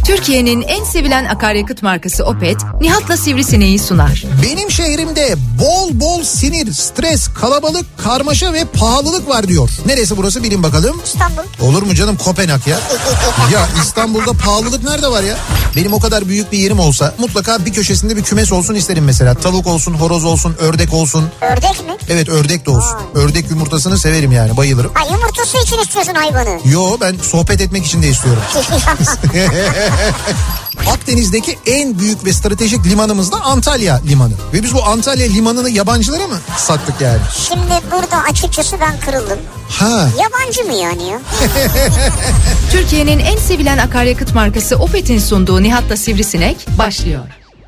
Türkiye'nin en sevilen akaryakıt markası Opet, Nihat'la Sivrisineği sunar. Benim şehrimde bol bol sinir, stres, kalabalık, karmaşa ve pahalılık var diyor. Neresi burası bilin bakalım. İstanbul. Olur mu canım, Kopenhag ya. Ya İstanbul'da pahalılık nerede var ya? Benim o kadar büyük bir yerim olsa mutlaka bir köşesinde bir kümes olsun isterim mesela. Tavuk olsun, horoz olsun, ördek olsun. Ördek mi? Evet, ördek de olsun. Ördek yumurtasını severim yani, bayılırım. Ha, yumurtası için istiyorsun hayvanı. Yo, ben sohbet etmek için de istiyorum. Akdeniz'deki en büyük ve stratejik limanımız da Antalya Limanı. Ve biz bu Antalya Limanı'nı yabancılara mı sattık yani? Şimdi burada açıkçası ben kırıldım. Ha. Yabancı mı yani ya? Türkiye'nin en sevilen akaryakıt markası Opet'in sunduğu Nihat'la Sivrisinek başlıyor.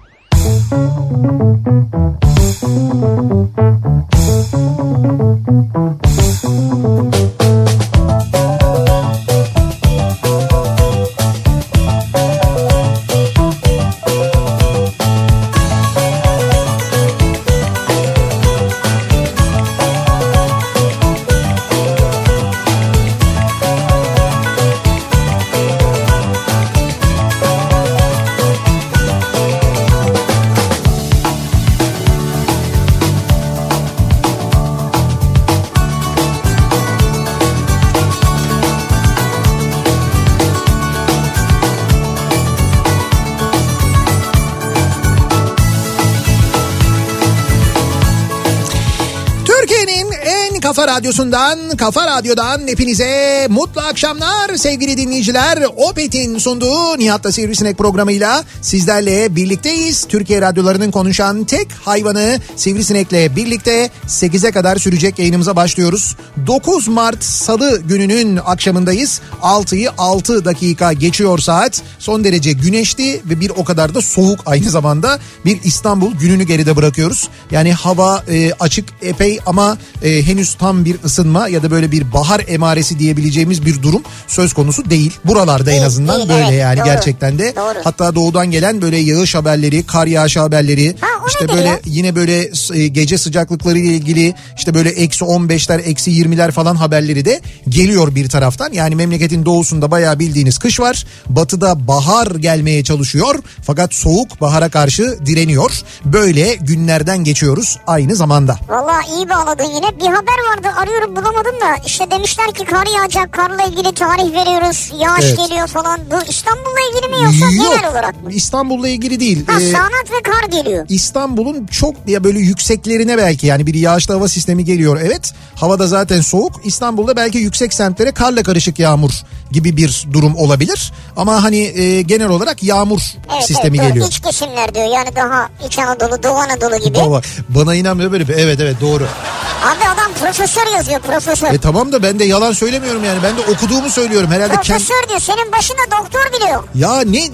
Kafa Radyosu'ndan, Kafa Radyo'dan hepinize mutlu akşamlar sevgili dinleyiciler. Opet'in sunduğu Nihat'la Sivrisinek programıyla sizlerle birlikteyiz. Türkiye radyolarının konuşan tek hayvanı Sivrisinek'le birlikte 8'e kadar sürecek yayınımıza başlıyoruz. 9 Mart Salı gününün akşamındayız. 6'yı 6 dakika geçiyor saat. Son derece güneşli ve bir o kadar da soğuk aynı zamanda. Bir İstanbul gününü geride bırakıyoruz. Yani hava açık epey ama henüz tam bir ısınma ya da böyle bir bahar emaresi diyebileceğimiz bir durum söz konusu değil. Buralarda en azından değil, böyle evet, yani doğru, gerçekten de. Doğru. Hatta doğudan gelen böyle yağış haberleri, kar yağışı haberleri, işte böyle ya? Yine böyle gece sıcaklıkları ile ilgili işte böyle -15'ler, -20'ler falan haberleri de geliyor bir taraftan. Yani memleketin doğusunda bayağı bildiğiniz kış var. Batıda bahar gelmeye çalışıyor fakat soğuk bahara karşı direniyor. Böyle günlerden geçiyoruz aynı zamanda. Vallahi iyi bağladın yine. Bir haber vardı, arıyorum bulamadım da işte demişler ki kar yağacak, karla ilgili tarih veriyoruz, yağış geliyor falan. Bu İstanbul'la ilgili mi yoksa genel olarak mı? İstanbul'la ilgili değil. Sağanak ve kar geliyor. İstanbul'un çok ya böyle yükseklerine belki yani bir yağışlı hava sistemi geliyor, evet. Havada zaten soğuk. İstanbul'da belki yüksek semtlere karla karışık yağmur gibi bir durum olabilir. Ama hani genel olarak yağmur sistemi geliyor. İç kesimler diyor yani, daha İç Anadolu, Doğu Anadolu gibi. Bana inanmıyor böyle bir. Evet doğru. Abi adam profesör yazıyor, profesör. Tamam da ben de yalan söylemiyorum yani. Ben de okuduğumu söylüyorum herhalde. Profesör diyor, senin başında doktor bile yok. Ya ne?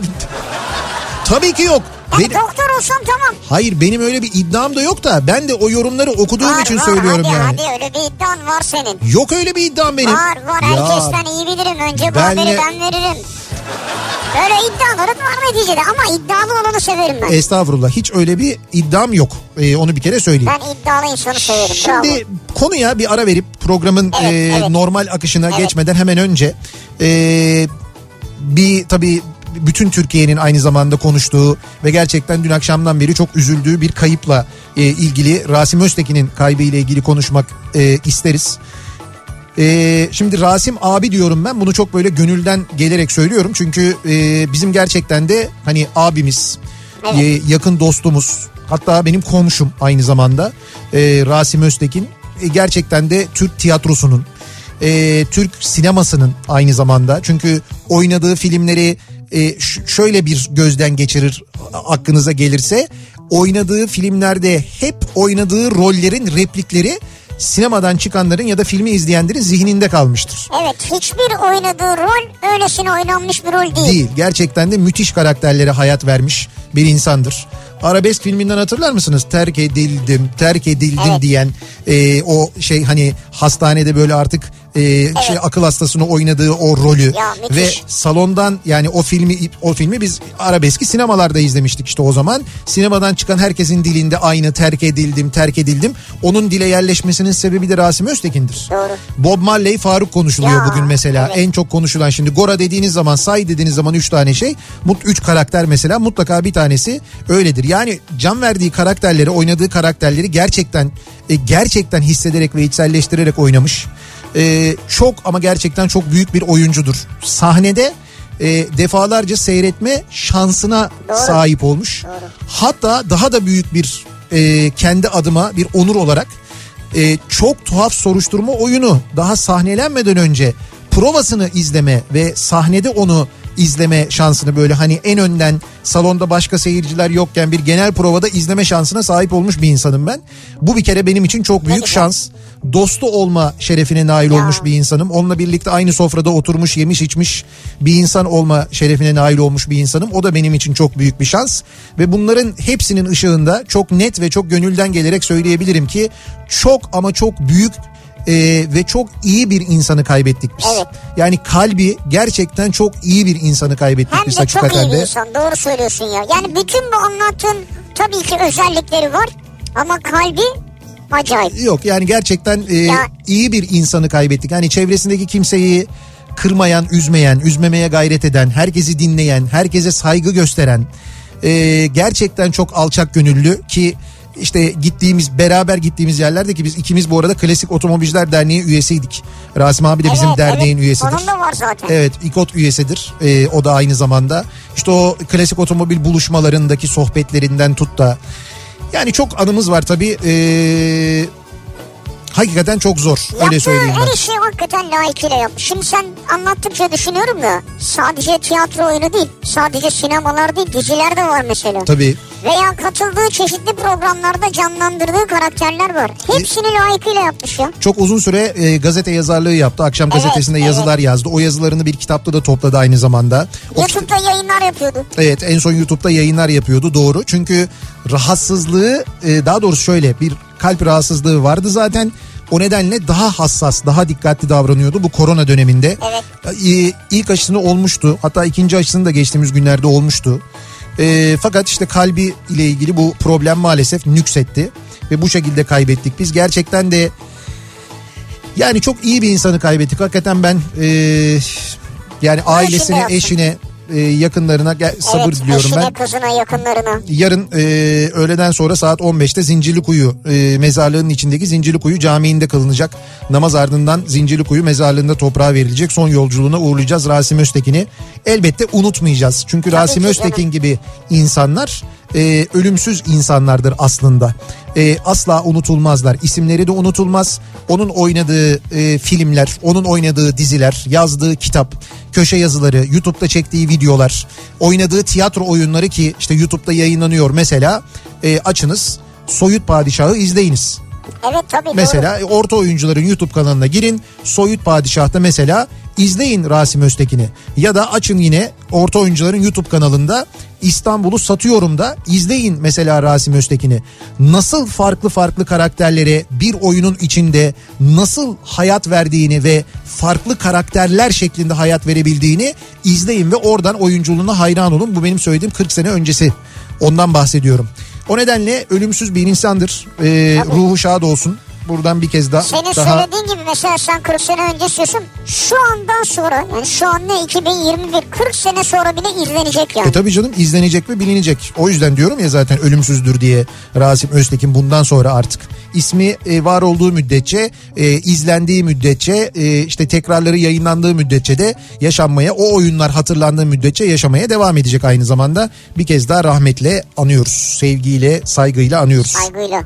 Tabii ki yok. Doktor olsam tamam. Hayır, benim öyle bir iddiam da yok da ben de o yorumları okuduğum için söylüyorum yani. Hadi öyle bir iddian var senin. Yok öyle bir iddiam benim. Var herkesten iyi bilirim, önce bu haberi ben veririm. Böyle iddialarım var neticede ama iddialı olanı severim ben. Estağfurullah, hiç öyle bir iddiam yok. Onu bir kere söyleyeyim. Ben iddialı insanı severim. Şimdi bravo. Konuya bir ara verip programın normal akışına geçmeden hemen önce bir tabii bütün Türkiye'nin aynı zamanda konuştuğu ve gerçekten dün akşamdan beri çok üzüldüğü bir kayıpla ilgili, Rasim Öztekin'in kaybıyla ilgili konuşmak isteriz. Şimdi Rasim abi diyorum, ben bunu çok böyle gönülden gelerek söylüyorum çünkü bizim gerçekten de hani abimiz, yakın dostumuz, hatta benim komşum aynı zamanda Rasim Öztekin. Gerçekten de Türk tiyatrosunun, Türk sinemasının aynı zamanda, çünkü oynadığı filmleri şöyle bir gözden geçirir aklınıza gelirse, oynadığı filmlerde hep oynadığı rollerin replikleri sinemadan çıkanların ya da filmi izleyenlerin zihninde kalmıştır. Evet, hiçbir oynadığı rol öylesine oynanmış bir rol değil. Değil, gerçekten de müthiş karakterlere hayat vermiş bir insandır. Arabesk filminden hatırlar mısınız? Terk edildim diyen o şey, hani hastanede böyle artık akıl hastasını oynadığı o rolü Ya, ve salondan, yani o filmi biz arabeski sinemalarda izlemiştik işte o zaman. Sinemadan çıkan herkesin dilinde aynı terk edildim. Onun dile yerleşmesinin sebebi de Rasim Öztekin'dir. Doğru. Bob Marley Faruk konuşuluyor Ya, bugün mesela. evet. En çok konuşulan, şimdi Gora dediğiniz zaman, say dediğiniz zaman 3 tane şey. 3 karakter mesela, mutlaka bir tanesi öyledir. Yani can verdiği karakterleri, oynadığı karakterleri gerçekten hissederek ve içselleştirerek oynamış. Çok ama gerçekten çok büyük bir oyuncudur. Sahnede defalarca seyretme şansına sahip olmuş. Doğru. Hatta daha da büyük bir kendi adıma bir onur olarak çok tuhaf soruşturma oyunu daha sahnelenmeden önce provasını izleme ve sahnede onu izleme şansını, böyle hani en önden salonda başka seyirciler yokken bir genel provada izleme şansına sahip olmuş bir insanım ben. Bu bir kere benim için çok büyük şans. Dostu olma şerefine nail olmuş bir insanım. Onunla birlikte aynı sofrada oturmuş, yemiş içmiş bir insan olma şerefine nail olmuş bir insanım. O da benim için çok büyük bir şans. Ve bunların hepsinin ışığında çok net ve çok gönülden gelerek söyleyebilirim ki çok ama çok büyük ve çok iyi bir insanı kaybettik biz. Evet. Yani kalbi gerçekten çok iyi bir insanı kaybettik Hem biz de hakikaten çok iyi de. bir insan, doğru söylüyorsun ya. Yani bütün bu anlattığın tabii ki özellikleri var ama kalbi acayip. Yok yani gerçekten iyi bir insanı kaybettik. Yani çevresindeki kimseyi kırmayan, üzmemeye gayret eden, herkesi dinleyen, herkese saygı gösteren, gerçekten çok alçak gönüllü ki işte beraber gittiğimiz yerlerde, ki biz ikimiz bu arada Klasik Otomobilciler Derneği üyesiydik. Rasim abi de bizim derneğin üyesidir. Onun da var zaten. Evet, İKOT üyesidir. O da aynı zamanda. İşte o klasik otomobil buluşmalarındaki sohbetlerinden tut da. Yani çok anımız var tabii. Hakikaten çok zor. Öyle söyleyeyim ben. Yaptığı her işi hakikaten layıkıyla yapmış. Şimdi sen anlattıkça düşünüyorum da sadece tiyatro oyunu değil, sadece sinemalar değil, diziler de var mesela. Tabii. Veya katıldığı çeşitli programlarda canlandırdığı karakterler var. Hepsini layıkıyla yapmış ya. Çok uzun süre gazete yazarlığı yaptı. Akşam gazetesinde yazılar yazdı. O yazılarını bir kitapta da topladı aynı zamanda. YouTube'da yayınlar yapıyordu. Evet, en son YouTube'da yayınlar yapıyordu, doğru. Çünkü rahatsızlığı, daha doğrusu şöyle, bir kalp rahatsızlığı vardı zaten. O nedenle daha hassas, daha dikkatli davranıyordu bu korona döneminde. Evet. İlk aşısını olmuştu. Hatta ikinci aşısını da geçtiğimiz günlerde olmuştu. Fakat işte kalbi ile ilgili bu problem maalesef nüksetti. Ve bu şekilde kaybettik. Biz gerçekten de yani çok iyi bir insanı kaybettik. Hakikaten ben yani ailesine, eşine, yakınlarına sabır diliyorum ben. Eşine, kızına, yakınlarına. Yarın öğleden sonra saat 15'te Zincirlikuyu mezarlığının içindeki Zincirlikuyu Camii'nde kılınacak. Namaz ardından Zincirlikuyu mezarlığında toprağa verilecek. Son yolculuğuna uğurlayacağız Rasim Öztekin'i. Elbette unutmayacağız. Çünkü tabii Rasim Öztekin gibi insanlar ölümsüz insanlardır aslında. Asla unutulmazlar. İsimleri de unutulmaz. Onun oynadığı filmler, onun oynadığı diziler, yazdığı kitap, köşe yazıları, YouTube'da çektiği videolar, oynadığı tiyatro oyunları ki işte YouTube'da yayınlanıyor mesela. Açınız, Soyut Padişah'ı izleyiniz. Evet tabii, mesela doğru. Orta oyuncuların YouTube kanalına girin. Soyut Padişah'ta mesela izleyin Rasim Öztekin'i. Ya da açın yine Orta oyuncuların YouTube kanalında İstanbul'u Satıyorum da izleyin mesela Rasim Öztekin'i. Nasıl farklı karakterlere bir oyunun içinde nasıl hayat verdiğini ve farklı karakterler şeklinde hayat verebildiğini izleyin ve oradan oyunculuğuna hayran olun. Bu benim söylediğim 40 sene öncesi. Ondan bahsediyorum. O nedenle ölümsüz bir insandır. Ruhu şad olsun. Buradan bir kez daha. Senin söylediğin gibi mesela sen 40 sene önce istiyorsun. Şu andan sonra, yani şu an ne 2021, 40 sene sonra bile izlenecek yani. Tabii canım, izlenecek ve bilinecek. O yüzden diyorum ya zaten ölümsüzdür diye Rasim Öztekin bundan sonra artık. İsmi var olduğu müddetçe, izlendiği müddetçe, işte tekrarları yayınlandığı müddetçe de yaşanmaya, o oyunlar hatırlandığı müddetçe yaşamaya devam edecek aynı zamanda. Bir kez daha rahmetle anıyoruz. Sevgiyle, saygıyla anıyoruz. Saygıyla.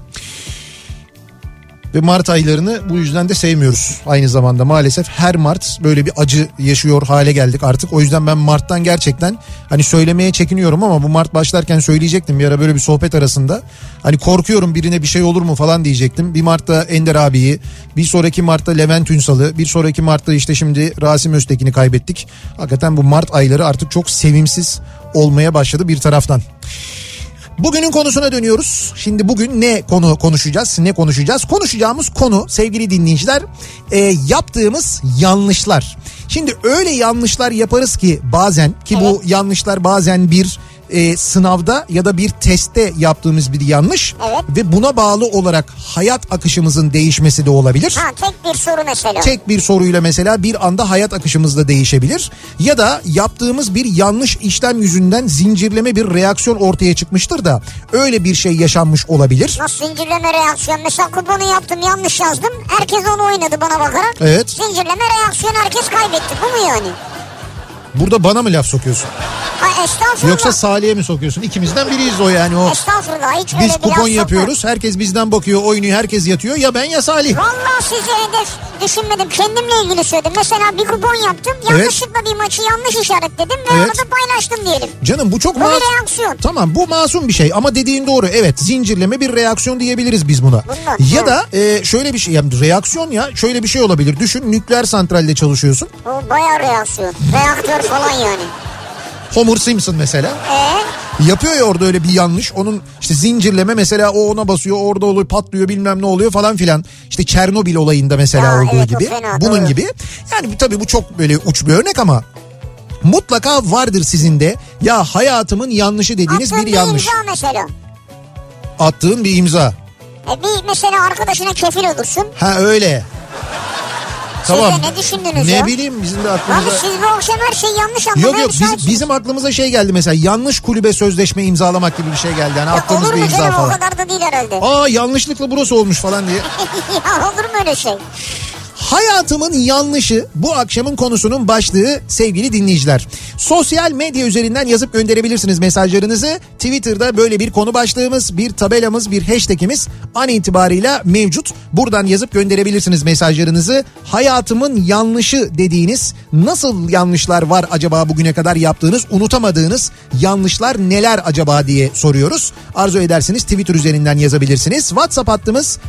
Ve Mart aylarını bu yüzden de sevmiyoruz aynı zamanda. Maalesef her Mart böyle bir acı yaşıyor hale geldik artık. O yüzden ben Mart'tan gerçekten hani söylemeye çekiniyorum ama bu Mart başlarken söyleyecektim bir ara böyle bir sohbet arasında. Hani korkuyorum birine bir şey olur mu falan diyecektim. Bir Mart'ta Ender abiyi, bir sonraki Mart'ta Levent Ünsal'ı, bir sonraki Mart'ta işte şimdi Rasim Öztekin'i kaybettik. Hakikaten bu Mart ayları artık çok sevimsiz olmaya başladı bir taraftan. Bugünün konusuna dönüyoruz. Şimdi bugün ne konuşacağız? Konuşacağımız konu sevgili dinleyiciler yaptığımız yanlışlar. Şimdi öyle yanlışlar yaparız ki bazen bu yanlışlar bazen bir sınavda ya da bir testte yaptığımız bir yanlış ve buna bağlı olarak hayat akışımızın değişmesi de olabilir. Tek bir soru mesela. Tek bir soruyla mesela bir anda hayat akışımız da değişebilir. Ya da yaptığımız bir yanlış işlem yüzünden zincirleme bir reaksiyon ortaya çıkmıştır da öyle bir şey yaşanmış olabilir. Nasıl zincirleme reaksiyon? Mesela kuponu yaptım, yanlış yazdım. Herkes onu oynadı bana bakarak. Evet. Zincirleme reaksiyon, herkes kaybetti. Bu mu yani? Burada bana mı laf sokuyorsun? Estağfurullah. Yoksa Salih'e mi sokuyorsun? İkimizden biriyiz o yani. O. Estağfurullah, hiç öyle biz bir laf kupon yapıyoruz. Herkes bizden bakıyor, oynuyor, herkes yatıyor. Ya ben ya Salih. Vallahi size hedef düşünmedim. Kendimle ilgili söyledim. Mesela bir kupon yaptım. Yanlışlıkla bir maçı yanlış işaretledim ve onu da paylaştım diyelim. Canım bu çok bir reaksiyon. Tamam, bu masum bir şey ama dediğin doğru. Evet, zincirleme bir reaksiyon diyebiliriz biz buna. Ya da şöyle bir şey, yani reaksiyon ya şöyle bir şey olabilir. Düşün, nükleer santralde çalışıyorsun. O bayağı reaksiyon. Reaktör falan yani. Homer Simpson mesela. Yapıyor ya orada öyle bir yanlış. Onun işte zincirleme mesela, o ona basıyor, orada oluyor, patlıyor, bilmem ne oluyor falan filan. İşte Çernobil olayında mesela olduğu gibi. Fena, bunun doğru. gibi. Yani tabii bu çok böyle uç bir örnek ama mutlaka vardır sizin de ya hayatımın yanlışı dediğiniz bir yanlış. Attığın bir imza mesela. Attığın bir imza. Bir mesela arkadaşına kefil olursun. Öyle. Tamam. Siz de ne düşündünüz ne ya? bileyim, bizim de aklımıza... Abi siz bu akşam her şeyi yanlış anlamaya Yok bizim aklımıza şey geldi mesela, yanlış kulübe sözleşme imzalamak gibi bir şey geldi. Yani attığımız bir imza falan. Olur mu canım, o kadar da değil herhalde. Yanlışlıkla burası olmuş falan diye. Ya olur mu öyle şey? Hayatımın yanlışı bu akşamın konusunun başlığı sevgili dinleyiciler. Sosyal medya üzerinden yazıp gönderebilirsiniz mesajlarınızı. Twitter'da böyle bir konu başlığımız, bir tabelamız, bir hashtagimiz an itibarıyla mevcut. Buradan yazıp gönderebilirsiniz mesajlarınızı. Hayatımın yanlışı dediğiniz nasıl yanlışlar var acaba bugüne kadar yaptığınız, unutamadığınız yanlışlar neler acaba diye soruyoruz. Arzu ederseniz Twitter üzerinden yazabilirsiniz. WhatsApp hattımız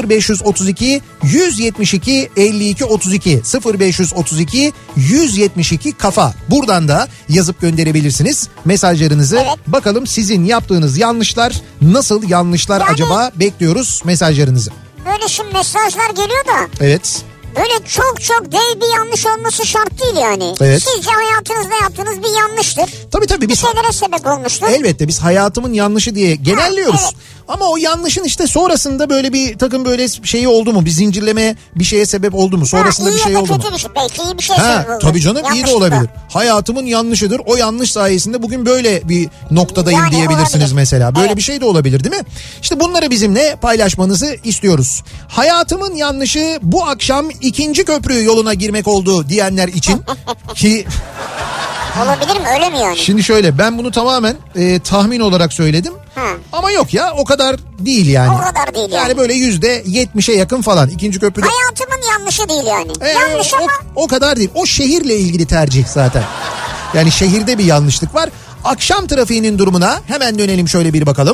0532 172 52 32 0532 172 kafa. Buradan da yazıp gönderebilirsiniz mesajlarınızı. Bakalım sizin yaptığınız yanlışlar nasıl yanlışlar acaba, bekliyoruz mesajlarınızı. Böyle şimdi mesajlar geliyor da. Evet. Böyle çok dev bir yanlış olması şart değil yani. Evet. Sizce hayatınızda yaptığınız bir yanlıştır. Tabii. Bir şeylere sebep olmuştur. Elbette biz hayatımın yanlışı diye genelliyoruz. Evet. Ama o yanlışın işte sonrasında böyle bir takım böyle şeyi oldu mu? Bir zincirleme bir şeye sebep oldu mu? Sonrasında bir şey oldu mu? İyi ya da kötü bir şey. Belki iyi bir şey sebep oldu. Tabii canım, iyi de olabilir. Hayatımın yanlışıdır. O yanlış sayesinde bugün böyle bir noktadayım yani diyebilirsiniz olabilir. Mesela. Böyle bir şey de olabilir değil mi? İşte bunları bizimle paylaşmanızı istiyoruz. Hayatımın yanlışı bu akşam 2. köprü yoluna girmek oldu diyenler için ki... Olabilir mi, öyle mi yani? Şimdi şöyle, ben bunu tamamen tahmin olarak söyledim. Ama yok ya, o kadar değil yani. O kadar değil yani. Yani böyle %70'e yakın falan. 2. köprüde. Hayatımın yanlışı değil yani. Yanlış ama. O kadar değil. O şehirle ilgili tercih zaten. Yani şehirde bir yanlışlık var. Akşam trafiğinin durumuna hemen dönelim, şöyle bir bakalım.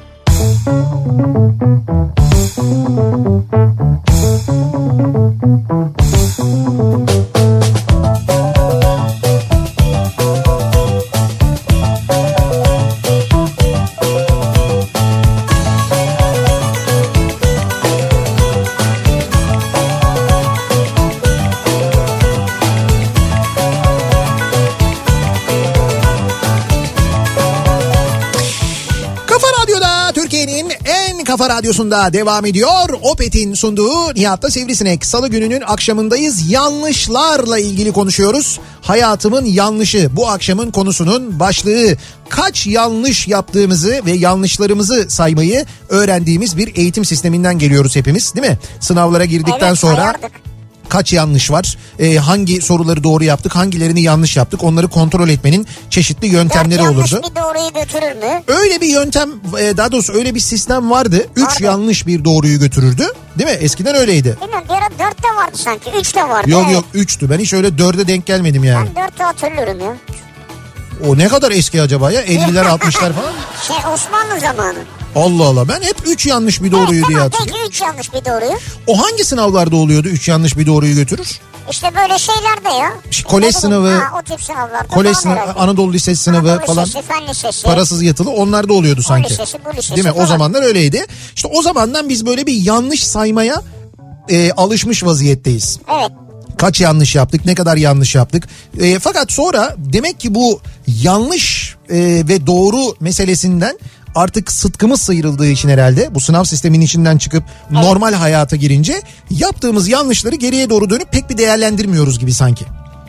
Kafa Radyosu'nda devam ediyor. Opet'in sunduğu Nihat'ta Sivrisinek. Salı gününün akşamındayız. Yanlışlarla ilgili konuşuyoruz. Hayatımın yanlışı bu akşamın konusunun başlığı. Kaç yanlış yaptığımızı ve yanlışlarımızı saymayı öğrendiğimiz bir eğitim sisteminden geliyoruz hepimiz, değil mi? Sınavlara girdikten sonra... sayardık. Kaç yanlış var? Hangi soruları doğru yaptık? Hangilerini yanlış yaptık? Onları kontrol etmenin çeşitli yöntemleri olurdu. 4 yanlış bir doğruyu götürür mü? Öyle bir yöntem, daha doğrusu öyle bir sistem vardı. 3 yanlış bir doğruyu götürürdü. Değil mi? Eskiden öyleydi. Bilmiyorum, bir ara 4 de vardı sanki. 3 de vardı. Yok 3'tü. Ben hiç öyle 4'e denk gelmedim yani. Ben 4'ü hatırlıyorum ya. O ne kadar eski acaba ya? 50'ler 60'lar falan. Osmanlı zamanı. Allah Allah, ben hep 3 yanlış bir doğruyu diye hatırlıyorum. Peki 3 yanlış bir doğruyu. O hangi sınavlarda oluyordu 3 yanlış bir doğruyu götürür? İşte böyle şeylerde ya. Kolej sınavı, o tip sınavlarda. Kolej sınavı, Anadolu Lisesi sınavı Anadolu falan. Lisesi, Fen Lisesi. Parasız yatılı onlarda oluyordu sanki. O lisesi, bu lisesi. Değil mi? Falan. O zamanlar öyleydi. İşte o zamandan biz böyle bir yanlış saymaya alışmış vaziyetteyiz. Evet. Kaç yanlış yaptık, ne kadar yanlış yaptık. Fakat sonra demek ki bu yanlış ve doğru meselesinden artık sıtkımız sıyrıldığı için herhalde bu sınav sisteminin içinden çıkıp normal hayata girince yaptığımız yanlışları geriye doğru dönüp pek bir değerlendirmiyoruz gibi sanki.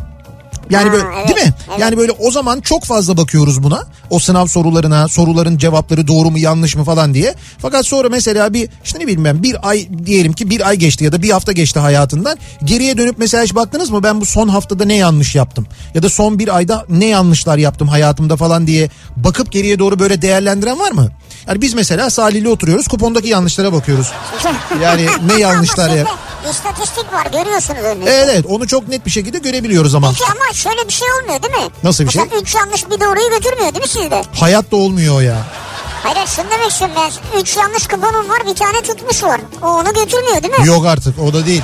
Yani böyle evet, değil mi? Evet. Yani böyle o zaman çok fazla bakıyoruz buna. O sınav sorularına, soruların cevapları doğru mu yanlış mı falan diye. Fakat sonra mesela bir işte ne bileyim ben bir ay diyelim ki bir ay geçti ya da bir hafta geçti hayatından. Geriye dönüp mesela hiç baktınız mı ben bu son haftada ne yanlış yaptım? Ya da son bir ayda ne yanlışlar yaptım hayatımda falan diye bakıp geriye doğru böyle değerlendiren var mı? Yani biz mesela Salih'le oturuyoruz, kupondaki yanlışlara bakıyoruz. Yani ne yanlışlar ya. İstatistik var, görüyorsunuz önünüzde. Evet, onu çok net bir şekilde görebiliyoruz ama. Peki ama şöyle bir şey olmuyor değil mi? Nasıl bir şey? Mesela 3 yanlış bir doğruyu götürmüyor değil mi sizde? Hayatta olmuyor o ya. Hayır şunu demek istiyorum ben. 3 yanlış kuponum var, bir tane tutmuş var. O onu götürmüyor değil mi? Yok artık, o da değil.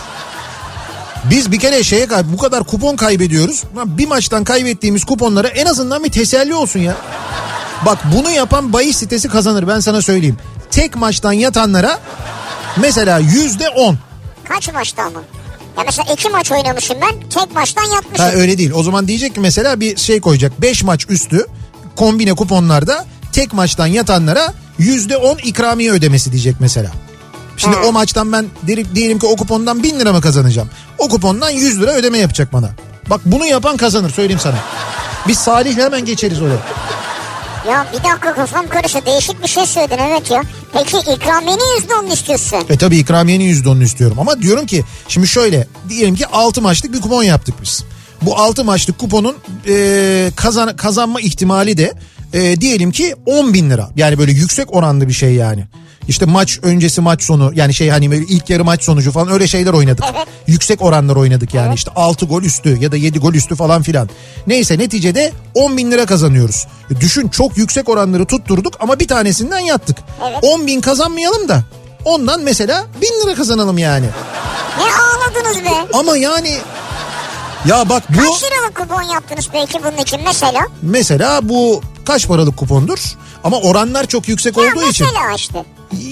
Biz bir kere bu kadar kupon kaybediyoruz. Bir maçtan kaybettiğimiz kuponlara en azından bir teselli olsun ya. Bak bunu yapan bahis sitesi kazanır, ben sana söyleyeyim. Tek maçtan yatanlara mesela %10. Kaç maçta mı? Ya mesela 2 maç oynamışım ben, tek maçtan yatmışım. Ha öyle değil. O zaman diyecek ki mesela bir şey koyacak. 5 maç üstü kombine kuponlarda tek maçtan yatanlara %10 ikramiye ödemesi diyecek mesela. Şimdi o maçtan ben diyelim ki o kupondan 1000 lira mı kazanacağım? O kupondan 100 lira ödeme yapacak bana. Bak bunu yapan kazanır, söyleyeyim sana. Biz Salih'le hemen geçeriz oraya. Ya bir dakika, kafam karıştı. Değişik bir şey söyledin, evet ya. Peki ikramiyenin %10'unu istiyorsun. Tabii ikramiyenin %10'unu istiyorum. Ama diyorum ki şimdi şöyle diyelim ki 6 maçlık bir kupon yaptık biz. Bu 6 maçlık kuponun kazanma ihtimali de diyelim ki 10.000 lira. Yani böyle yüksek oranlı bir şey yani. İşte maç öncesi maç sonu yani hani böyle ilk yarı maç sonucu falan öyle şeyler oynadık. Evet. Yüksek oranlar oynadık yani işte 6 gol üstü ya da 7 gol üstü falan filan. Neyse neticede 10.000 lira kazanıyoruz. Düşün, çok yüksek oranları tutturduk ama bir tanesinden yattık. Evet. 10.000 kazanmayalım da ondan mesela 1.000 lira kazanalım yani. Ne ağladınız be? Ama yani ya bak bu... Kaç liralık kupon yaptınız peki bunun için mesela? Mesela bu kaç paralık kupondur? Ama oranlar çok yüksek olduğu için. Mesela işte.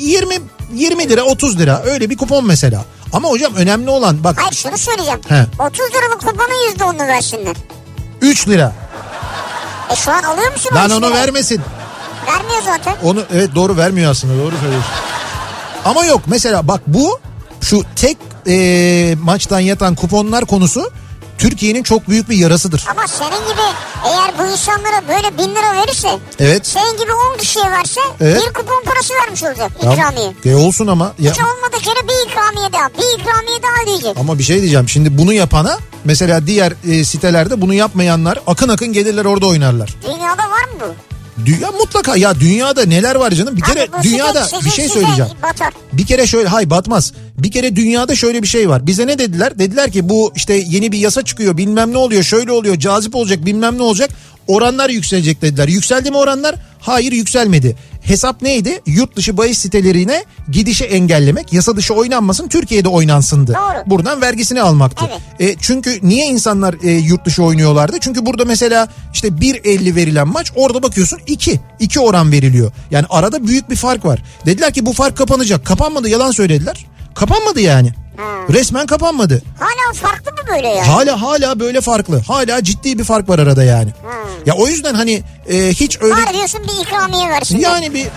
20 lira 30 lira öyle bir kupon mesela. Ama hocam önemli olan bak. Hayır şunu söyleyeceğim. He. 30 liralık kuponun %10'unu versinler. 3 lira. Şu an alıyor musun? Lan onu vermesin. Vermiyor zaten. Onu evet doğru vermiyor aslında, doğru söylüyorsun. Ama yok mesela bak bu şu tek maçtan yatan kuponlar konusu Türkiye'nin çok büyük bir yarasıdır. Ama senin gibi eğer bu insanlara böyle 1000 lira verirse, evet. Senin gibi 10 kişiye verse bir kupon parası vermiş olacak ikramiye. Olsun ama. Hiç olmadık yere bir ikramiye daha, bir ikramiye daha diyecek. Ama bir şey diyeceğim, şimdi bunu yapana mesela diğer sitelerde bunu yapmayanlar akın akın gelirler orada oynarlar. Dünyada var mı bu? Dünya mutlaka ya, dünyada neler var canım, bir kere dünyada bir şey söyleyeceğim. Batar. Bir kere şöyle batmaz. Bir kere dünyada şöyle bir şey var. Bize ne dediler? Dediler ki bu işte yeni bir yasa çıkıyor, bilmem ne oluyor, şöyle oluyor, cazip olacak, bilmem ne olacak. Oranlar yükselecek dediler. Yükseldi mi oranlar? Hayır, yükselmedi. Hesap neydi? Yurt dışı bahis sitelerine gidişi engellemek, yasa dışı oynanmasın, Türkiye'de oynansındı. Doğru. Buradan vergisini almaktı. Evet. Çünkü niye insanlar yurt dışı oynuyorlardı? Çünkü burada mesela işte 1.50 verilen maç, orada bakıyorsun 2 oran veriliyor. Yani arada büyük bir fark var. Dediler ki bu fark kapanacak. Kapanmadı, yalan söylediler. Kapanmadı yani. Resmen kapanmadı. Hala farklı mı böyle yani? Hala böyle farklı. Hala ciddi bir fark var arada yani. Ya o yüzden hani hiç öyle... Var diyorsun, bir ikramiye versin. Yani bir...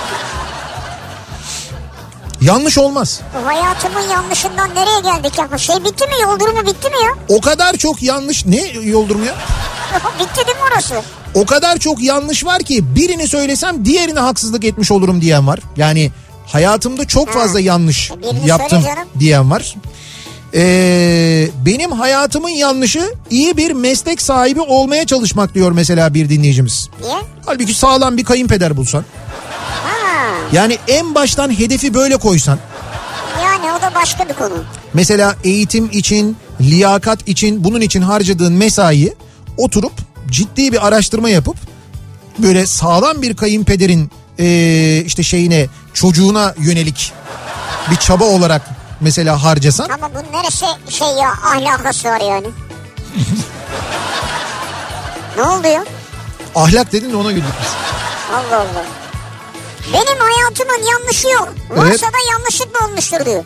Yanlış olmaz. Bu hayatımın yanlışından nereye geldik ya? Şey bitti mi? Yol durumu bitti mi ya? O kadar çok yanlış... Ne yol durumu ya? Bitti değil mi orası? O kadar çok yanlış var ki birini söylesem diğerine haksızlık etmiş olurum diyen var. Yani hayatımda çok fazla yanlış yaptım diyen var. Benim hayatımın yanlışı iyi bir meslek sahibi olmaya çalışmak diyor mesela bir dinleyicimiz. Niye? Halbuki sağlam bir kayınpeder bulsan. Yani en baştan hedefi böyle koysan. Yani o da başka bir konu. Mesela eğitim için, liyakat için, bunun için harcadığın mesaiyi oturup ciddi bir araştırma yapıp böyle sağlam bir kayınpederin işte çocuğuna yönelik bir çaba olarak mesela harcasan. Ama bu neresi şey ya, ahlakası var yani. Ne oldu ya? Ahlak dedin de ona güldük biz. Allah Allah. Benim hayatımın yanlışı yok. Varsa da yanlışlıkla olmuştur diyor.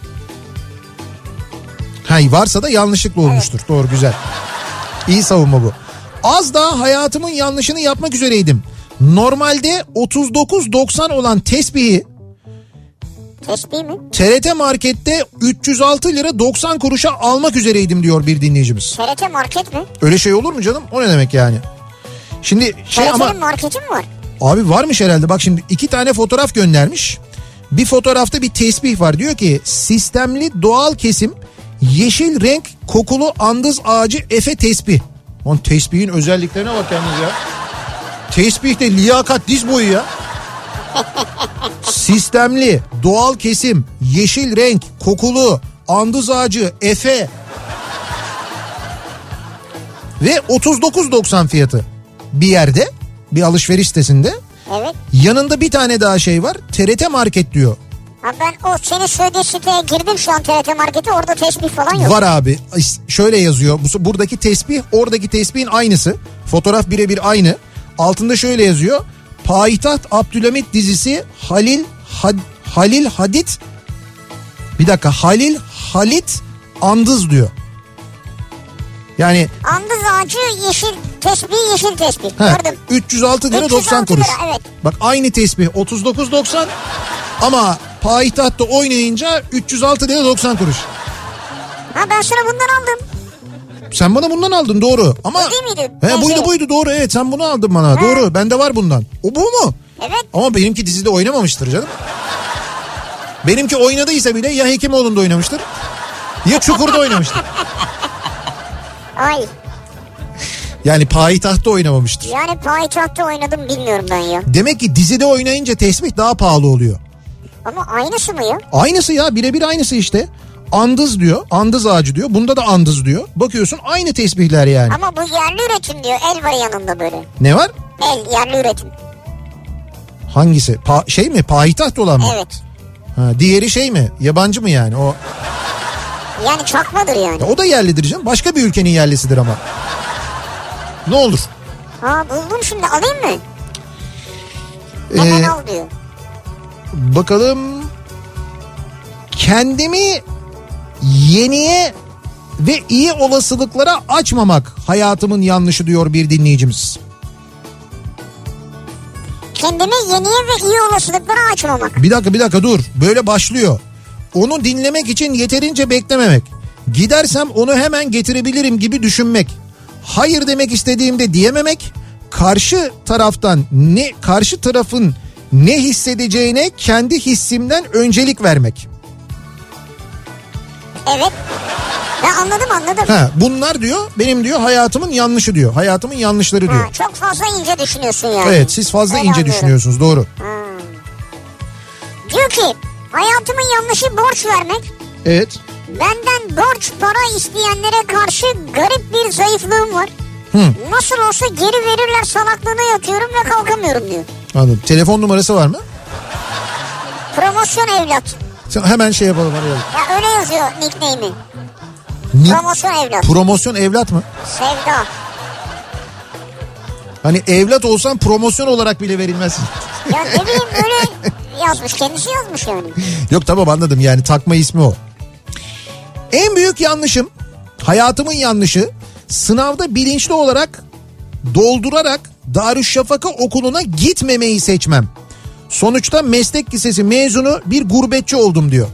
Varsa da yanlışlıkla olmuştur. Evet. Doğru, güzel. İyi savunma bu. Az daha hayatımın yanlışını yapmak üzereydim. Normalde 39.90 olan tesbihi mi? TRT Market'te 306 lira 90 kuruşa almak üzereydim diyor bir dinleyicimiz. TRT Market mi? Öyle şey olur mu canım? O ne demek yani? Şimdi TRT'nin marketi mi var? Abi varmış herhalde. Bak şimdi 2 tane fotoğraf göndermiş. Bir fotoğrafta bir tesbih var. Diyor ki sistemli doğal kesim yeşil renk kokulu andız ağacı Efe tesbih. Lan tesbihin özelliklerine bak yalnız ya. Tesbih de liyakat diz boyu ya. Sistemli doğal kesim yeşil renk kokulu andız ağacı Efe. Ve 39.90 fiyatı bir yerde, bir alışveriş sitesinde. Evet. Yanında bir tane daha şey var. TRT Market diyor. Ha ben o senin söylediğin siteye girdim şu an, TRT Market'e, orada tesbih falan yok. Var abi. Şöyle yazıyor. Buradaki tesbih oradaki tesbihin aynısı. Fotoğraf birebir aynı. Altında şöyle yazıyor. Payitaht Abdülhamit dizisi Halil Halit Andız diyor. Yani andız ağacı yeşil tesbih. Gördüm. 306 lira 90 kuruş. Evet. Bak aynı tesbih 39.90 ama payitahtta oynayınca 306 lira 90 kuruş. Ha ben sana bundan aldım. Sen bana bundan aldın, doğru. Ama o değil miydi? Buydu doğru, evet, sen bunu aldın bana. Doğru, bende var bundan. O bu mu? Evet. Ama benimki dizide oynamamıştır canım. Benimki oynadıysa bile ya Hekimoğlu'nda oynamıştır ya Çukur'da oynamıştır. Ay. Yani payitahtta oynamamıştır. Yani payitahtta oynadım, bilmiyorum ben ya. Demek ki dizide oynayınca tesbih daha pahalı oluyor. Ama aynısı mı ya? Aynısı ya, birebir aynısı işte. Andız diyor, andız ağacı diyor. Bunda da andız diyor. Bakıyorsun aynı tesbihler yani. Ama bu yerli üretim diyor. El var yanında böyle. Ne var? El, yerli üretim. Hangisi? Şey mi? Payitaht olan mı? Evet. Diğeri şey mi? Yabancı mı yani? O. Yani çakmadır yani. Ya o da yerlidir canım. Başka bir ülkenin yerlisidir ama. Ne olur. Buldum şimdi, alayım mı? Hemen al diyor. Bakalım. Kendimi yeniye ve iyi olasılıklara açmamak hayatımın yanlışı diyor bir dinleyicimiz. Kendimi yeniye ve iyi olasılıklara açmamak. Bir dakika dur. Böyle başlıyor. Onu dinlemek için yeterince beklememek. Gidersem onu hemen getirebilirim gibi düşünmek. Hayır demek istediğimde diyememek. Karşı tarafın ne hissedeceğine kendi hissimden öncelik vermek. Evet. Ben anladım. Bunlar diyor benim diyor hayatımın yanlışı diyor. Hayatımın yanlışları diyor. Çok fazla ince düşünüyorsun yani. Evet, siz fazla öyle ince anlıyorum. düşünüyorsunuz, doğru. Diyor ki hayatımın yanlışı borç vermek. Evet. Benden borç para isteyenlere karşı garip bir zayıflığım var. Nasıl olsa geri verirler salaklığına yatıyorum ve kalkamıyorum diyor. Anladım. Telefon numarası var mı? Promosyon evlat. Hemen şey yapalım, arayalım. Ya öyle yazıyor nickname'i. Promosyon evlat. Promosyon evlat mı? Sevda. Hani evlat olsan promosyon olarak bile verilmezsin. Ya ne bileyim, böyle yazmış, kendisi yazmış yani. Yok tamam, anladım, yani takma ismi o. En büyük yanlışım, hayatımın yanlışı, sınavda bilinçli olarak doldurarak Darüşşafaka okuluna gitmemeyi seçmem. Sonuçta meslek lisesi mezunu bir gurbetçi oldum diyor.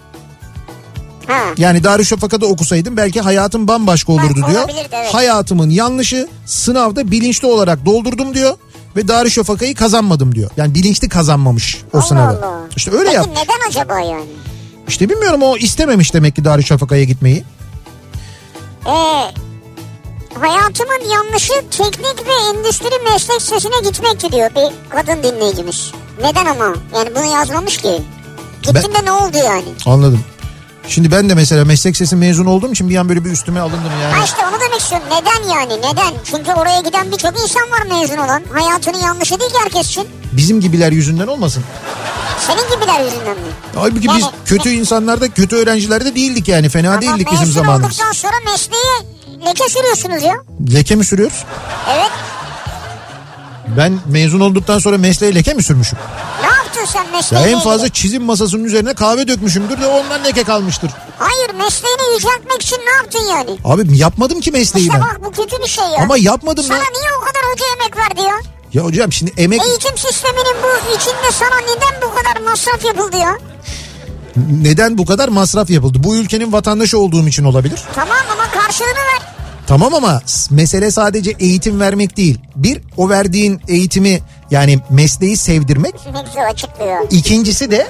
Yani Darüşşafaka'da okusaydım belki hayatım bambaşka olurdu diyor. Evet. Hayatımın yanlışı, sınavda bilinçli olarak doldurdum diyor ve Darüşşafaka'yı kazanmadım diyor. Yani bilinçli kazanmamış o sınavı. Allah. İşte öyle Peki yap. neden acaba yani? İşte bilmiyorum, o istememiş demek ki Darüşşafaka'ya gitmeyi. Hayatımın yanlışı teknik ve endüstri meslek lisesine gitmekti diyor bir kadın dinleyicimiz. Neden ama? Yani bunu yazmamış ki. Gittin de ne oldu yani? Anladım. Şimdi ben de mesela meslek lisesi mezunu olduğum için bir an böyle bir üstüme alındım yani. Ha işte onu demek istiyorum. Neden yani? Neden? Çünkü oraya giden birçok insan var mezun olan. Hayatının yanlışı değil ki herkes için. Bizim gibiler yüzünden olmasın. Senin gibiler yüzünden mi? Halbuki biz kötü insanlarda, kötü öğrencilerde değildik yani. Fena değildik bizim zamanımız. Mezun olduktan sonra mesleğe leke sürüyorsunuz ya. Leke mi sürüyoruz? Evet. Ben mezun olduktan sonra mesleğe leke mi sürmüşüm? Ne yaptın sen mesleğine? Ya en fazla çizim masasının üzerine kahve dökmüşümdür de ondan leke kalmıştır. Hayır, mesleğini yüceltmek için ne yaptın yani? Abi yapmadım ki mesleği İşte ben. bak, bu kötü bir şey ya. Ama yapmadım Sana ya. niye o kadar hoca emek verdi ya? Ya hocam şimdi emek... Eğitim sisteminin bu içinde sana neden bu kadar masraf yapıldı ya? Neden bu kadar masraf yapıldı? Bu ülkenin vatandaşı olduğum için olabilir. Tamam ama karşılığını ver. Tamam ama mesele sadece eğitim vermek değil. Bir, o verdiğin eğitimi, yani mesleği sevdirmek. Ne güzel açıklıyor. İkincisi de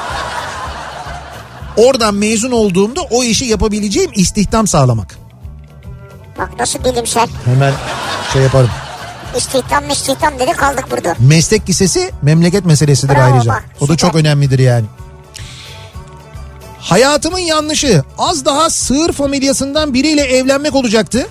oradan mezun olduğumda o işi yapabileceğim istihdam sağlamak. Bak nasıl bilimsel. Hemen şey yaparım. İstihdam dedi, kaldık burada. Meslek lisesi memleket meselesidir. Bravo, ayrıca. bak, O da çok önemlidir yani. Hayatımın yanlışı, az daha sığır familyasından biriyle evlenmek olacaktı.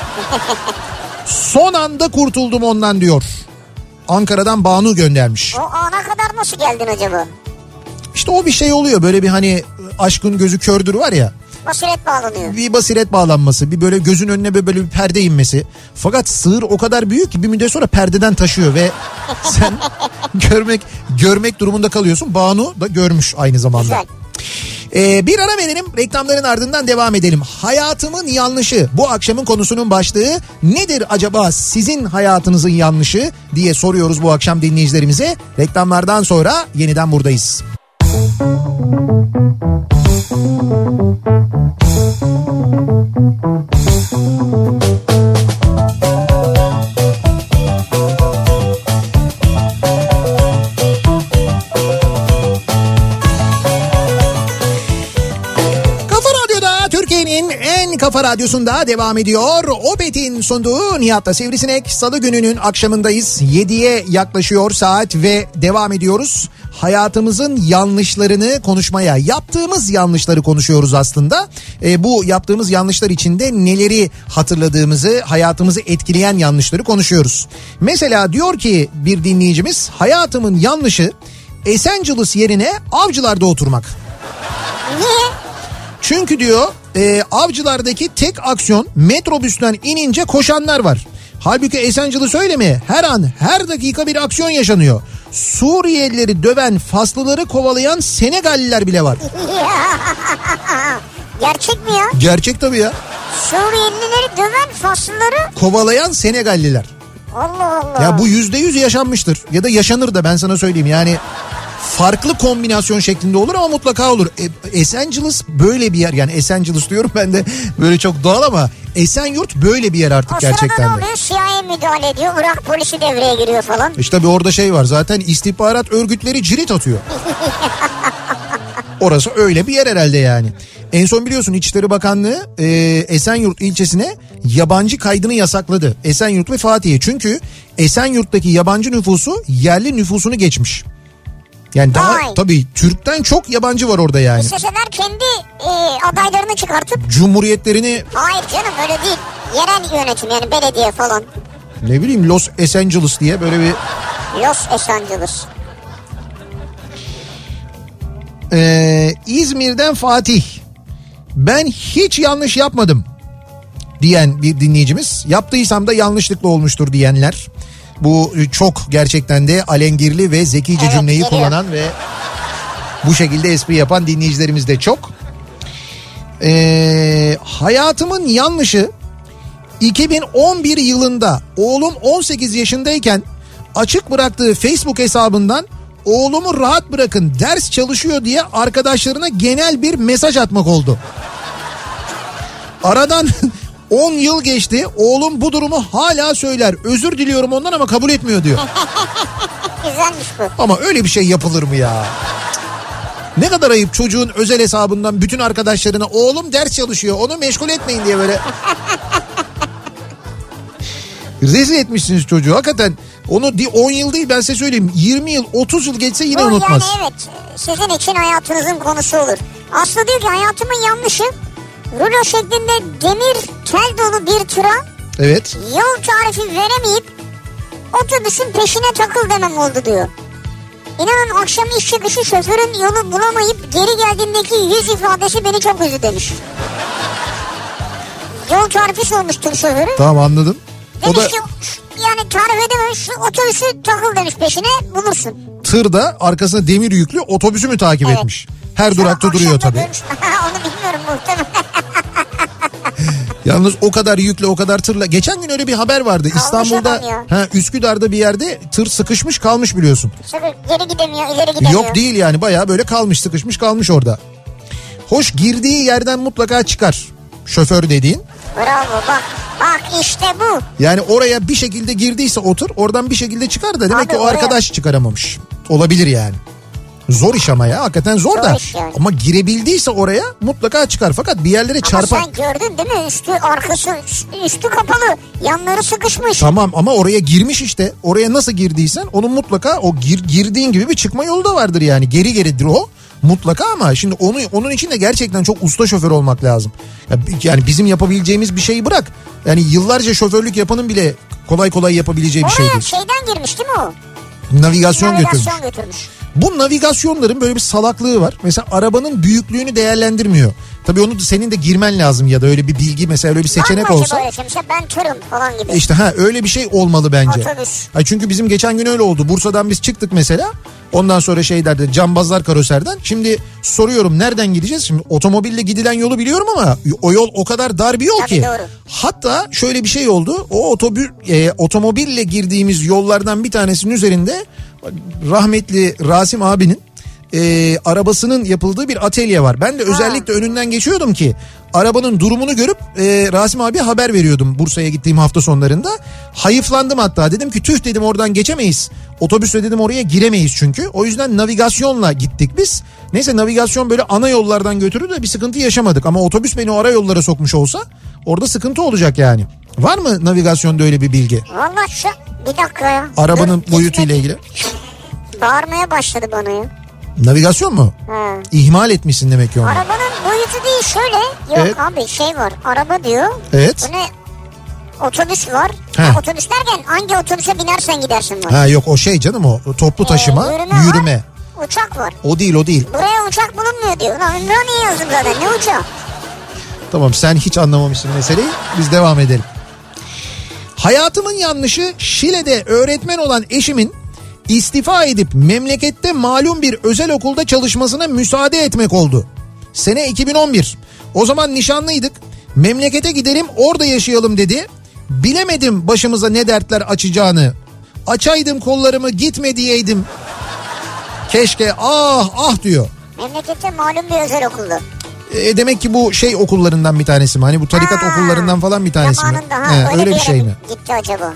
Son anda kurtuldum ondan diyor. Ankara'dan Banu göndermiş. O ana kadar nasıl geldin acaba? İşte o bir şey oluyor, böyle bir hani aşkın gözü kördür var ya. Basiret bağlanıyor. Bir basiret bağlanması, bir böyle gözün önüne böyle bir perde inmesi. Fakat sığır o kadar büyük ki bir müddet sonra perdeden taşıyor ve sen görmek durumunda kalıyorsun. Banu da görmüş aynı zamanda. Güzel. Bir ara verelim, reklamların ardından devam edelim. Hayatımın yanlışı, bu akşamın konusunun başlığı. Nedir acaba sizin hayatınızın yanlışı diye soruyoruz bu akşam dinleyicilerimize. Reklamlardan sonra yeniden buradayız. Kafa Radyosu'nda devam ediyor. Opet'in sunduğu Nihat'la Sivrisinek. Salı gününün akşamındayız. 7'ye yaklaşıyor saat ve devam ediyoruz. Hayatımızın yanlışlarını konuşmaya, yaptığımız yanlışları konuşuyoruz aslında. Bu yaptığımız yanlışlar içinde neleri hatırladığımızı, hayatımızı etkileyen yanlışları konuşuyoruz. Mesela diyor ki bir dinleyicimiz, hayatımın yanlışı Esenciles yerine Avcılar'da oturmak. Niye? Çünkü diyor Avcılar'daki tek aksiyon metrobüsten inince koşanlar var. Halbuki Esenciles öyle mi? Her an, her dakika bir aksiyon yaşanıyor. Suriyelileri döven, Faslıları kovalayan Senegalliler bile var. Gerçek mi ya? Gerçek tabii ya. Suriyelileri döven, Faslıları kovalayan Senegalliler. Allah Allah. Ya bu %100 yaşanmıştır. Ya da yaşanır da, ben sana söyleyeyim yani. Farklı kombinasyon şeklinde olur ama mutlaka olur. Esenciles böyle bir yer, yani Esenciles diyorum ben de böyle çok doğal ama Esenyurt böyle bir yer artık gerçekten de. O sırada ne oluyor? CIA müdahale ediyor, Irak polisi devreye giriyor falan. İşte tabii orada şey var zaten, istihbarat örgütleri cirit atıyor. Orası öyle bir yer herhalde yani. En son biliyorsun İçişleri Bakanlığı Esenyurt ilçesine yabancı kaydını yasakladı. Esenyurt ve Fatih'e, çünkü Esenyurt'taki yabancı nüfusu yerli nüfusunu geçmiş. Yani daha tabii Türk'ten çok yabancı var orada yani. İsteseler kendi adaylarını çıkartıp. Cumhuriyetlerini. Hayır canım, öyle değil. Yerel yönetim, yani belediye falan. Ne bileyim, Los Angeles diye böyle bir. Los Angeles. İzmir'den Fatih. Ben hiç yanlış yapmadım diyen bir dinleyicimiz. Yaptıysam da yanlışlıkla olmuştur diyenler. Bu çok gerçekten de alengirli ve zekice cümleyi kullanan ve bu şekilde espri yapan dinleyicilerimiz de çok. Hayatımın yanlışı, 2011 yılında oğlum 18 yaşındayken açık bıraktığı Facebook hesabından oğlumu rahat bırakın, ders çalışıyor diye arkadaşlarına genel bir mesaj atmak oldu. Aradan 10 yıl geçti. Oğlum bu durumu hala söyler. Özür diliyorum ondan ama kabul etmiyor diyor. Güzelmiş bu. Ama öyle bir şey yapılır mı ya? Ne kadar ayıp, çocuğun özel hesabından bütün arkadaşlarına oğlum ders çalışıyor, onu meşgul etmeyin diye böyle. Rezil etmişsiniz çocuğu hakikaten. Onu 10 yıl değil, ben size söyleyeyim, 20 yıl 30 yıl geçse yine unutmaz. Yani evet, sizin için hayatınızın konusu olur. Aslı diyor ki hayatımın yanlışı, rulo şeklinde demir tel dolu bir tıra evet, yol tarifi veremeyip otobüsün peşine takıl demem oldu diyor. İnanın akşam iş çıkışı şoförün yolu bulamayıp geri geldiğindeki yüz ifadesi beni çok üzdü demiş. Yol tarifi sormuştur şoförü. Tamam, anladım. Demiş o da... ki yani tarif edememiş, şu otobüsü takıl demiş peşine, bulursun. Tırda arkasına demir yüklü otobüsü mü takip etmiş? Her durakta duruyor tabii. Onu bilmiyorum muhtemelen. Yalnız o kadar yükle, o kadar tırla. Geçen gün öyle bir haber vardı. Kalmış İstanbul'da, Üsküdar'da bir yerde tır sıkışmış kalmış biliyorsun. Geri gidemiyor, ileri gidemiyor. Yok değil yani, bayağı böyle kalmış, sıkışmış kalmış orada. Hoş, girdiği yerden mutlaka çıkar şoför dediğin. Bravo, bak işte bu. Yani oraya bir şekilde girdiyse o tır, oradan bir şekilde çıkar da demek abi ki o arkadaş çıkaramamış. Olabilir yani. Zor iş ama ya, hakikaten zor da. Yani. Ama girebildiyse oraya mutlaka çıkar, fakat bir yerlere çarpar. Ama sen gördün değil mi? Üstü arkası, üstü kapalı, yanları sıkışmış. Tamam ama oraya girmiş işte. Oraya nasıl girdiysen onun mutlaka o girdiğin gibi bir çıkma yolu da vardır yani. Geridir o mutlaka, ama şimdi onun için de gerçekten çok usta şoför olmak lazım. Yani bizim yapabileceğimiz bir şeyi bırak. Yani yıllarca şoförlük yapanın bile kolay kolay yapabileceği bir şey değil. Oraya şeyden girmiş değil mi o? Navigasyon götürmüş. Bu navigasyonların böyle bir salaklığı var. Mesela arabanın büyüklüğünü değerlendirmiyor. Tabii onu senin de girmen lazım ya da öyle bir bilgi, mesela öyle bir seçenek olsa. Mesela ben tırım falan gibi. İşte öyle bir şey olmalı bence. Otobüs. Çünkü bizim geçen gün öyle oldu. Bursa'dan biz çıktık mesela. Ondan sonra Cambazlar Karoser'den. Şimdi soruyorum nereden gideceğiz? Şimdi otomobille gidilen yolu biliyorum ama o yol o kadar dar bir yol tabii ki. Doğru. Hatta şöyle bir şey oldu. O otomobille girdiğimiz yollardan bir tanesinin üzerinde rahmetli Rasim abinin arabasının yapıldığı bir atölye var. Ben de özellikle önünden geçiyordum ki arabanın durumunu görüp Rasim abiye haber veriyordum Bursa'ya gittiğim hafta sonlarında. Hayıflandım hatta, dedim ki tüh dedim, oradan geçemeyiz. Otobüsle dedim oraya giremeyiz çünkü. O yüzden navigasyonla gittik biz. Neyse, navigasyon böyle ana yollardan götürdü de bir sıkıntı yaşamadık. Ama otobüs beni o ara yollara sokmuş olsa orada sıkıntı olacak yani. Var mı navigasyonda öyle bir bilgi? Vallahi bir dakika ya. Arabanın boyutuyla ilgili. Bağırmaya başladı bana ya. Navigasyon mu? İhmal etmişsin demek ki onu. Arabanın boyutu değil, şöyle. Yok evet. Abi şey var, araba diyor. Evet. Bu ne? Otobüs var. Otobüs derken hangi otobüse binersen gidersin var. Yok o canım, o toplu taşıma, yürüme. Var, uçak var. O değil. Buraya uçak bulunmuyor diyor. Ulan niye yazdım zaten, ne uçağı? Tamam, sen hiç anlamamışsın meseleyi, biz devam edelim. Hayatımın yanlışı Şile'de öğretmen olan eşimin istifa edip memlekette malum bir özel okulda çalışmasına müsaade etmek oldu. Sene 2011. O zaman nişanlıydık. Memlekete gidelim, orada yaşayalım dedi. Bilemedim başımıza ne dertler açacağını. Açaydım kollarımı, gitme diyeydim. Keşke, ah diyor. Memlekette malum bir özel okulda. Demek ki bu okullarından bir tanesi mi? Hani bu tarikat okullarından falan bir tanesi mi? Öyle bir şey mi? Gitti acaba?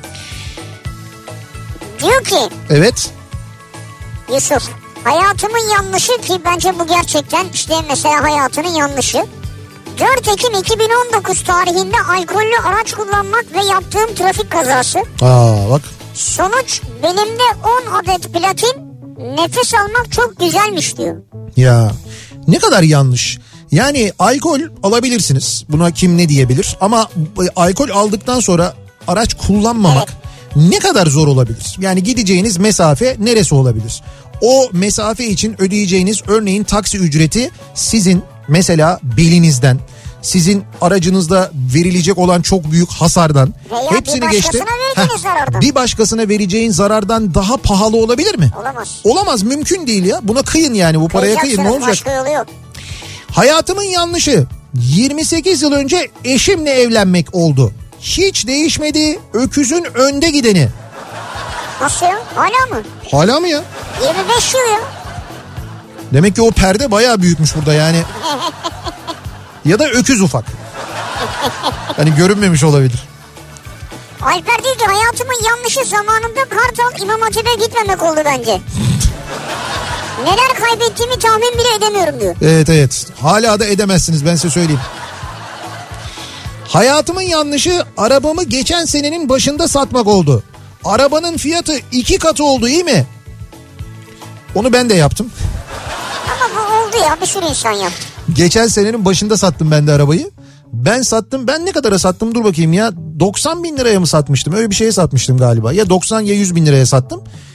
Diyor ki. Evet. Yusuf, hayatımın yanlışı, ki bence bu gerçekten işte mesela hayatının yanlışı. 4 Ekim 2019 tarihinde alkollü araç kullanmak ve yaptığım trafik kazası. Bak. Sonuç, belimde 10 adet platin, nefes almak çok güzelmiş diyor. Ya ne kadar yanlış. Yani alkol alabilirsiniz. Buna kim ne diyebilir? Ama alkol aldıktan sonra araç kullanmamak ne kadar zor olabilir? Yani gideceğiniz mesafe neresi olabilir? O mesafe için ödeyeceğiniz örneğin taksi ücreti sizin mesela belinizden, sizin aracınızda verilecek olan çok büyük hasardan, hepsini geçti. Bir başkasına vereceğin zarardan daha pahalı olabilir mi? Olamaz, mümkün değil ya. Buna kıyın yani, bu paraya kıyın, ne olacak? Başka yolu yok. Hayatımın yanlışı 28 yıl önce eşimle evlenmek oldu. Hiç değişmedi, öküzün önde gideni. Nasıl ya? Hala mı? Hala mı ya? 25 yıl ya. Demek ki o perde bayağı büyükmüş burada yani. Ya da öküz ufak. Hani görünmemiş olabilir. Alper diyor ki hayatımın yanlışı zamanında Kartal İmam Hatip'e gitmemek oldu bence. Neler kaybettiğimi tahmin bile edemiyorum diyor. Evet. Hala da edemezsiniz, ben size söyleyeyim. Hayatımın yanlışı arabamı geçen senenin başında satmak oldu. Arabanın fiyatı 2 katı oldu, iyi mi? Onu ben de yaptım. Ama bu oldu ya, bir sürü insan yaptı. Geçen senenin başında sattım ben de arabayı. Ben sattım, ben ne kadara sattım dur bakayım ya. 90 bin liraya mı satmıştım? Öyle bir şeye satmıştım galiba. Ya 90 ya 100 bin liraya sattım.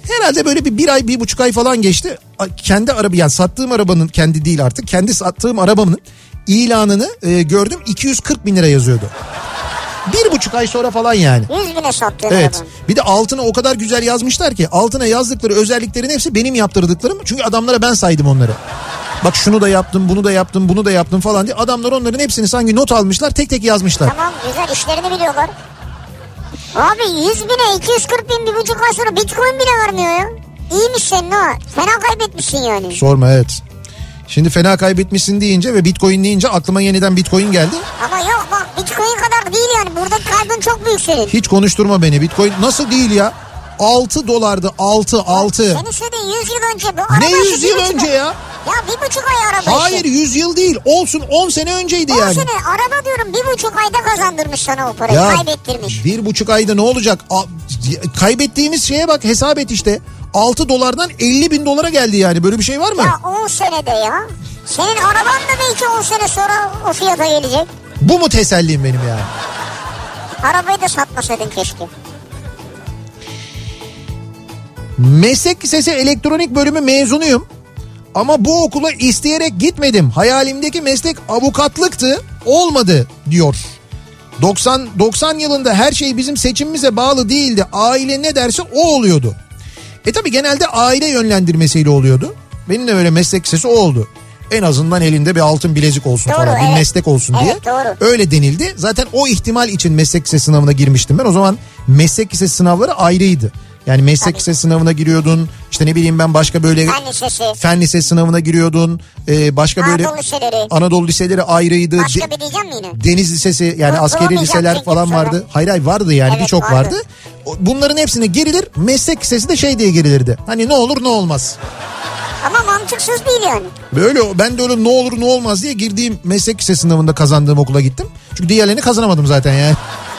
Herhalde böyle bir ay, 1,5 ay falan geçti. Kendi araba, yani sattığım arabanın, kendi değil artık, kendi sattığım arabamın ilanını gördüm, 240 bin lira yazıyordu. 1,5 ay sonra falan yani. 100 bine sattın. Evet. Arabanı. Bir de altına o kadar güzel yazmışlar ki, altına yazdıkları özelliklerin hepsi benim yaptırdıklarım. Çünkü adamlara ben saydım onları. Bak şunu da yaptım, bunu da yaptım, bunu da yaptım falan diye. Adamlar onların hepsini sanki not almışlar, tek tek yazmışlar. Tamam, güzel, işlerini biliyorlar. Abi 100 bine 240 bin 1,5 ay sonra Bitcoin bile vermiyor ya. İyiymiş senin ha. Fena kaybetmişsin yani. Sorma, evet. Şimdi fena kaybetmişsin deyince ve Bitcoin deyince aklıma yeniden Bitcoin geldi. Ama yok bak, Bitcoin kadar değil yani. Burada kaybın çok büyük senin. Hiç konuşturma beni. Bitcoin nasıl değil ya? 6 dolardı. 6. Senin söylediğin 100 yıl önce. Bu Ne 100 yıl önce ya? Ya 1,5 ay araba. Hayır işte. 100 yıl değil. Olsun 10 sene önceydi 10 yani. sene araba diyorum, 1,5 ayda kazandırmış sana o parayı. Ya, kaybettirmiş. 1,5 ayda ne olacak? Kaybettiğimiz şeye bak, hesap et işte. 6 dolardan 50 bin dolara geldi yani. Böyle bir şey var mı? Ya 10 senede ya. Senin araban da belki 10 sene sonra o fiyata gelecek. Bu mu tesellim benim yani? Arabayı da satmasaydın keşke. Meslek lisesi elektronik bölümü mezunuyum. Ama bu okula isteyerek gitmedim. Hayalimdeki meslek avukatlıktı. Olmadı diyor. 90 yılında her şey bizim seçimimize bağlı değildi. Aile ne derse o oluyordu. Tabii genelde aile yönlendirmesiyle oluyordu. Benim de öyle meslek lisesi o oldu. En azından elinde bir altın bilezik olsun doğru, falan, evet. bir meslek olsun diye. Evet, doğru. Öyle denildi. Zaten o ihtimal için meslek lisesi sınavına girmiştim ben. O zaman meslek lisesi sınavları ayrıydı. Yani meslek lisesi sınavına giriyordun. İşte ne bileyim ben, başka böyle fen lisesi sınavına giriyordun. Başka böyle Anadolu liseleri ayrıydı. Başka bir diyeceğim mi yine? Deniz lisesi, yani askeri liseler falan vardı. Hayır vardı yani, evet, birçok vardı. Bunların hepsine girilir. Meslek lisesi de şey diye girilirdi. Hani ne olur ne olmaz. Ama mantıksız değil yani. Böyle, ben de öyle ne olur ne olmaz diye girdiğim meslek lisesi sınavında kazandığım okula gittim. Çünkü diğerlerini kazanamadım zaten yani.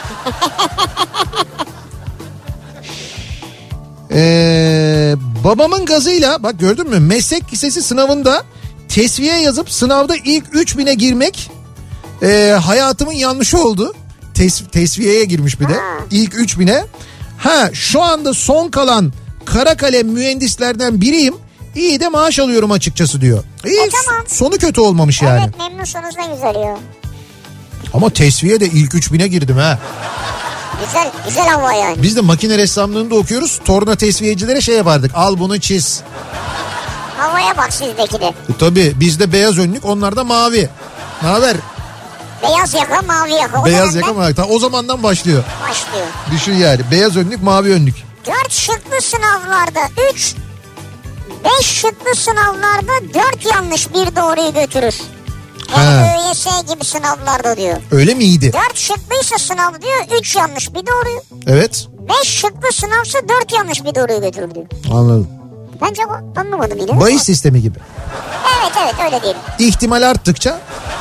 Babamın gazıyla, bak gördün mü, meslek lisesi sınavında tesviye yazıp sınavda ilk 3000'e girmek hayatımın yanlışı oldu. Tesviyeye girmiş bir de ilk 3000'e. Şu anda son kalan kara kalem mühendislerden biriyim. İyi de maaş alıyorum açıkçası diyor. Tamam. Sonu kötü olmamış yani. Evet, memnunsunuz, ne güzel ya. Ama tesviye de ilk 3000'e girdim ha. Güzel hava yani. Biz de makine ressamlığında okuyoruz. Torna tesviyecilere şey yapardık. Al bunu çiz. Havaya bak sizdeki de. Tabii bizde beyaz önlük, onlarda mavi. Ne haber? Beyaz yaka, mavi yaka. Beyaz yaka, mavi. O zamandan başlıyor. Başlıyor. Düşün yani. Beyaz önlük, mavi önlük. 4 şıklı sınavlarda 3, 5 şıklı sınavlarda 4 yanlış bir doğruyu götürür. Yani ÖYS gibi sınavlarda diyor. Öyle miydi? 4 şıklıysa sınav diyor, 3 yanlış bir doğruyu. Evet. 5 şıklı sınavsa 4 yanlış bir doğruyu götürür diyor. Anladım. Bence anlamadım yine. Bahis sistemi gibi. Evet öyle diyelim. İhtimal arttıkça.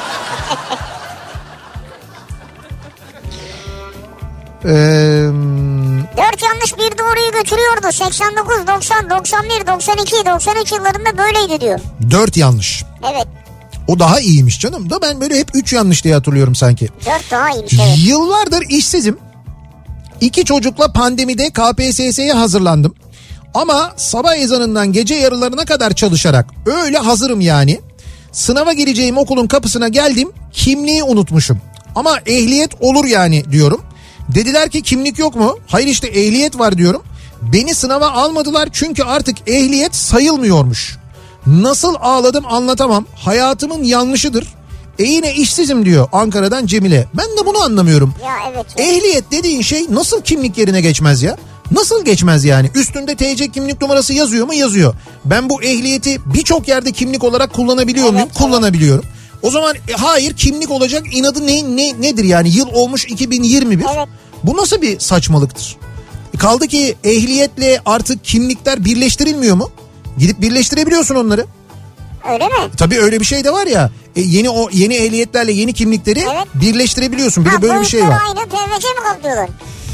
Dört yanlış bir doğruyu götürüyordu. 89, 90, 91, 92, 93 yıllarında böyleydi diyor. 4 yanlış. Evet. O daha iyiymiş canım da, ben böyle hep 3 yanlış diye hatırlıyorum sanki. 4 daha iyiymiş, evet. Yıllardır işsizim. 2 çocukla pandemide KPSS'ye hazırlandım. Ama sabah ezanından gece yarılarına kadar çalışarak öyle hazırım yani. Sınava gireceğim okulun kapısına geldim, kimliği unutmuşum. Ama ehliyet olur yani diyorum. Dediler ki kimlik yok mu? Hayır işte ehliyet var diyorum. Beni sınava almadılar çünkü artık ehliyet sayılmıyormuş. Nasıl ağladım anlatamam. Hayatımın yanlışıdır. Yine işsizim diyor Ankara'dan Cemile. Ben de bunu anlamıyorum. Ya evet. Ehliyet dediğin şey nasıl kimlik yerine geçmez ya? Nasıl geçmez yani? Üstünde TC kimlik numarası yazıyor mu? Yazıyor. Ben bu ehliyeti birçok yerde kimlik olarak kullanabiliyor muyum? Evet. Kullanabiliyorum. O zaman hayır, kimlik olacak, inadı nedir yani? Yıl olmuş 2021. Evet. Bu nasıl bir saçmalıktır? Kaldı ki ehliyetle artık kimlikler birleştirilmiyor mu? Gidip birleştirebiliyorsun onları. Öyle mi? Tabii öyle bir şey de var ya. Yeni ehliyetlerle yeni kimlikleri birleştirebiliyorsun. Bir de böyle bir şey var. Aynı TVC mi kaplıyorlar?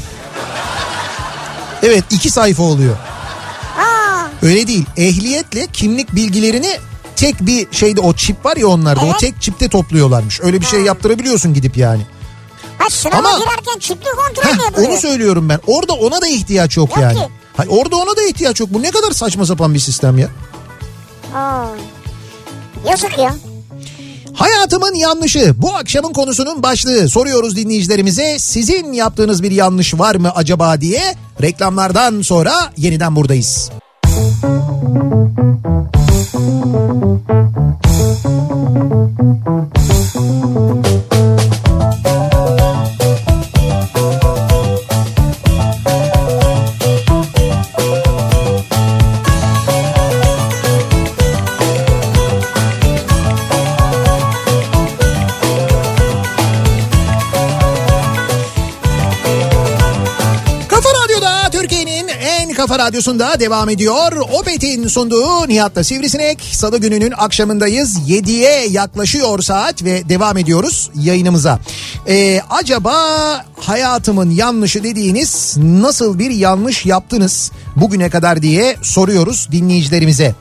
Evet, 2 sayfa oluyor. Öyle değil. Ehliyetle kimlik bilgilerini tek bir şeyde, o çip var ya onlarda, o tek çipte topluyorlarmış. Öyle bir şey yaptırabiliyorsun gidip yani. Sınava girerken çipli kontrol mü yapılıyor? Onu söylüyorum ben. Orada ona da ihtiyaç yok yani. Ki. Hayır, orada ona da ihtiyaç yok. Bu ne kadar saçma sapan bir sistem ya. Yazık ya. Hayatımın yanlışı bu akşamın konusunun başlığı. Soruyoruz dinleyicilerimize, sizin yaptığınız bir yanlış var mı acaba diye. Reklamlardan sonra yeniden buradayız. Kafa Radyosu'nda devam ediyor. Opet'in sunduğu Nihat'la Sivrisinek. Salı gününün akşamındayız. 7'ye yaklaşıyor saat ve devam ediyoruz yayınımıza. Acaba hayatımın yanlışı dediğiniz nasıl bir yanlış yaptınız bugüne kadar diye soruyoruz dinleyicilerimize.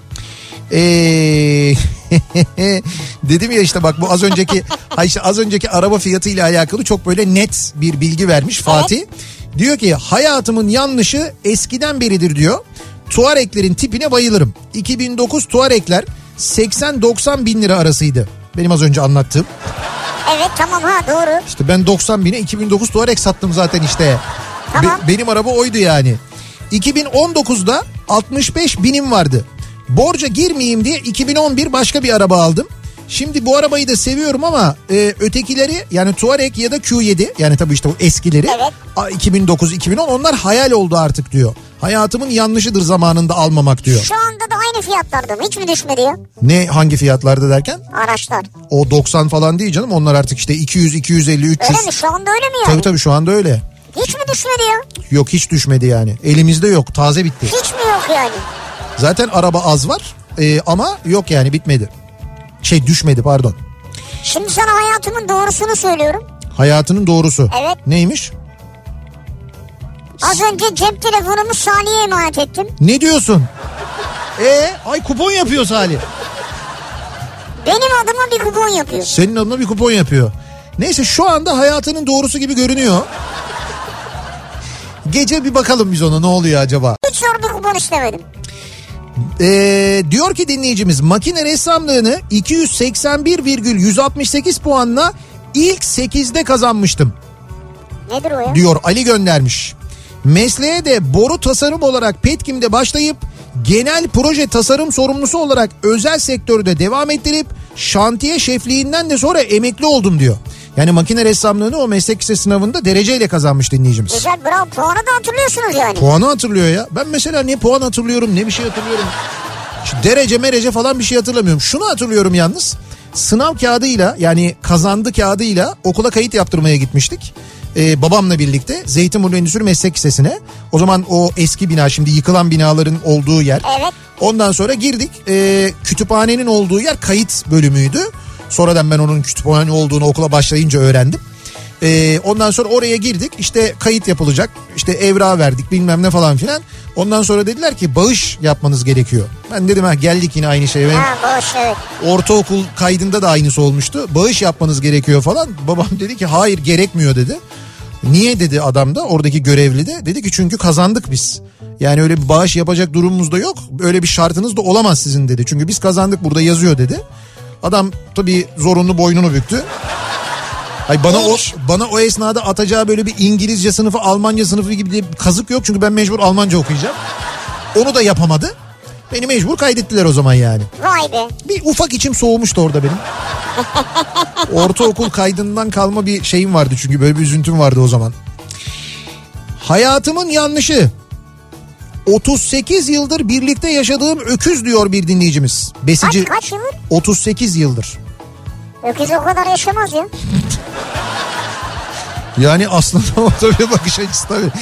Dedim ya işte bak bu az önceki araba fiyatıyla alakalı çok böyle net bir bilgi vermiş Fatih. Evet. Diyor ki hayatımın yanlışı eskiden beridir diyor. Tuareg'lerin tipine bayılırım. 2009 Tuareg'ler 80-90 bin lira arasıydı. Benim az önce anlattığım. Evet tamam doğru. İşte ben 90 bine 2009 Tuareg sattım zaten işte. Tamam. Benim araba oydu yani. 2019'da 65 binim vardı. Borca girmeyeyim diye 2011 başka bir araba aldım. Şimdi bu arabayı da seviyorum ama ötekileri yani Touareg ya da Q7 yani tabii işte o eskileri evet. 2009-2010 onlar hayal oldu artık diyor. Hayatımın yanlışıdır zamanında almamak diyor. Şu anda da aynı fiyatlarda mı? Hiç mi düşmedi ya? Ne hangi fiyatlarda derken? Araçlar. O 90 falan değil canım, onlar artık işte 200, 250, 300. Öyle mi? Şu anda öyle mi yani? Tabii şu anda öyle. Hiç mi düşmedi ya? Yok hiç düşmedi yani. Elimizde yok, taze bitti. Hiç mi yok yani? Zaten araba az var ama yok yani bitmedi. Düşmedi pardon. Şimdi sana hayatımın doğrusunu söylüyorum. Hayatının doğrusu. Evet. Neymiş? Az önce cep telefonumu Salih'e emanet ettim. Ne diyorsun? Ay kupon yapıyor Salih. Benim adıma bir kupon yapıyor. Senin adına bir kupon yapıyor. Neyse şu anda hayatının doğrusu gibi görünüyor. Gece bir bakalım biz ona ne oluyor acaba. Hiç zor bir kupon istemedim. Diyor ki dinleyicimiz makine ressamlığını 281,168 puanla ilk 8'de kazanmıştım. Nedir o ya? Diyor Ali göndermiş. Mesleğe de boru tasarım olarak Petkim'de başlayıp genel proje tasarım sorumlusu olarak özel sektörde devam ettirip şantiye şefliğinden de sonra emekli oldum diyor. Yani makine ressamlığını o meslek lisesi sınavında dereceyle kazanmış dinleyicimiz. Güzel, bravo, puanı da hatırlıyorsunuz yani. Puanı hatırlıyor ya. Ben mesela ne puan hatırlıyorum ne bir şey hatırlıyorum. Şu derece falan bir şey hatırlamıyorum. Şunu hatırlıyorum yalnız. Sınav kağıdıyla yani kazandı kağıdıyla okula kayıt yaptırmaya gitmiştik. Babamla birlikte Zeytinburnu Endüstri Meslek Lisesi'ne. O zaman o eski bina, şimdi yıkılan binaların olduğu yer. Evet. Ondan sonra girdik. Kütüphanenin olduğu yer kayıt bölümüydü. Sonradan ben onun kütüphane olduğunu okula başlayınca öğrendim. Ondan sonra oraya girdik, işte kayıt yapılacak, işte evrağı verdik bilmem ne falan filan. Ondan sonra dediler ki bağış yapmanız gerekiyor. Ben dedim geldik yine aynı şeye. Bağış, evet. Ortaokul kaydında da aynısı olmuştu. Bağış yapmanız gerekiyor falan. Babam dedi ki hayır gerekmiyor dedi. Niye dedi adam da, oradaki görevli de. Dedi ki çünkü kazandık biz. Yani öyle bir bağış yapacak durumumuz da yok. Öyle bir şartınız da olamaz sizin dedi. Çünkü biz kazandık, burada yazıyor dedi. Adam tabii zorunlu boynunu büktü. Ay bana o esnada atacağı böyle bir İngilizce sınıfı, Almanca sınıfı gibi bir kazık yok. Çünkü ben mecbur Almanca okuyacağım. Onu da yapamadı. Beni mecbur kaydettiler o zaman yani. Vay be. Bir ufak içim soğumuştu orada benim. Ortaokul kaydından kalma bir şeyim vardı çünkü, böyle bir üzüntüm vardı o zaman. Hayatımın yanlışı. 38 yıldır birlikte yaşadığım öküz diyor bir dinleyicimiz. Besici. Kaç yıldır? 38 yıldır. Öküz o kadar yaşamaz ya. Yani aslında o tabii bakış açısı tabii.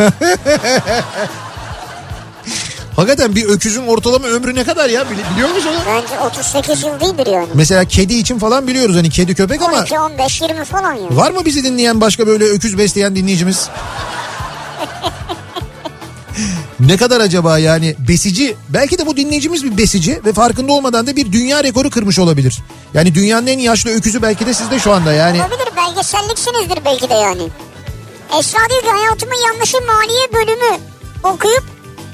Hakikaten bir öküzün ortalama ömrü ne kadar ya, biliyor musun onu? Bence 38 yıl değildir yani. Mesela kedi için falan biliyoruz, hani kedi köpek 12, ama. 12, 15, 20 falan ya. Var mı bizi dinleyen başka böyle öküz besleyen dinleyicimiz? Ne kadar acaba yani besici, belki de bu dinleyicimiz bir besici ve farkında olmadan da bir dünya rekoru kırmış olabilir. Yani dünyanın en yaşlı öküzü belki de sizde şu anda yani. Olabilir, belgeselliksinizdir belki de yani. Esra diyor ki hayatımın yanlışı maliye bölümü okuyup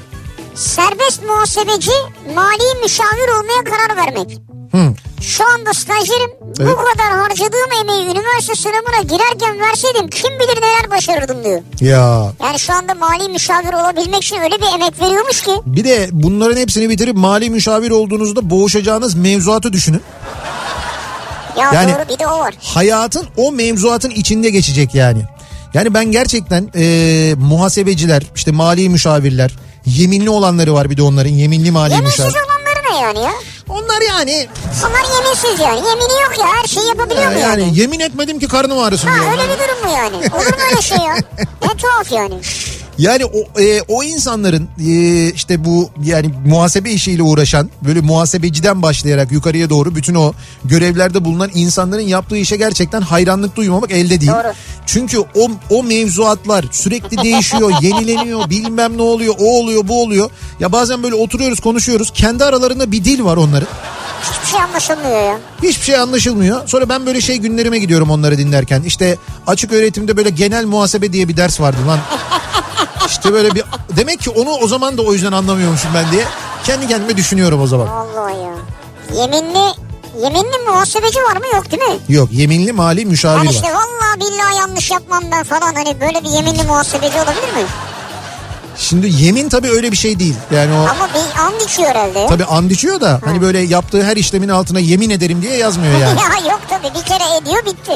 Serbest muhasebeci, mali müşavir olmaya karar vermek. Şu anda stajyerim. Evet. Bu kadar harcadığım emeği üniversite sınavına girerken verseydim kim bilir neler başarırdım diyor. Ya. Yani şu anda mali müşavir olabilmek için öyle bir emek veriyormuş ki. Bir de bunların hepsini bitirip mali müşavir olduğunuzda boğuşacağınız mevzuatı düşünün. Ya yani, doğru, bir de o var. Hayatın o mevzuatın içinde geçecek yani. Yani ben gerçekten muhasebeciler, işte mali müşavirler, yeminli olanları var bir de onların, yeminli mali müşavir. Yeminsiz olanları ne yani ya? Onlar yani. Onlar yeminsiz yani. Yemini yok ya, her şeyi yapabiliyor mu yani? Yani yemin etmedim ki karnım ağrısın diyor. Öyle bir durum mu yani? Olur mu öyle şey ya? Ne tuhaf yani. Yani o insanların işte bu yani muhasebe işiyle uğraşan, böyle muhasebeciden başlayarak yukarıya doğru bütün o görevlerde bulunan insanların yaptığı işe gerçekten hayranlık duymamak elde değil. Doğru. Çünkü o mevzuatlar sürekli değişiyor, yenileniyor, bilmem ne oluyor, o oluyor, bu oluyor. Ya bazen böyle oturuyoruz, konuşuyoruz. Kendi aralarında bir dil var onların. Hiçbir şey anlaşılmıyor ya. Hiçbir şey anlaşılmıyor. Sonra ben böyle günlerime gidiyorum onları dinlerken. İşte açık öğretimde böyle genel muhasebe diye bir ders vardı lan. İşte böyle bir, demek ki onu o zaman da o yüzden anlamıyormuşum ben diye kendi kendime düşünüyorum o zaman. Vallahi ya. Yeminli muhasebeci var mı, yok değil mi? Yok, yeminli mali müşavir var. Yani işte vallahi billahi yanlış yapmam ben falan, hani böyle bir yeminli muhasebeci olabilir mi? Şimdi yemin tabii öyle bir şey değil. Yani o. Ama bir and içiyor herhalde. Tabii and içiyor da hani böyle yaptığı her işlemin altına yemin ederim diye yazmıyor yani. Ya yok tabii, bir kere ediyor bitti.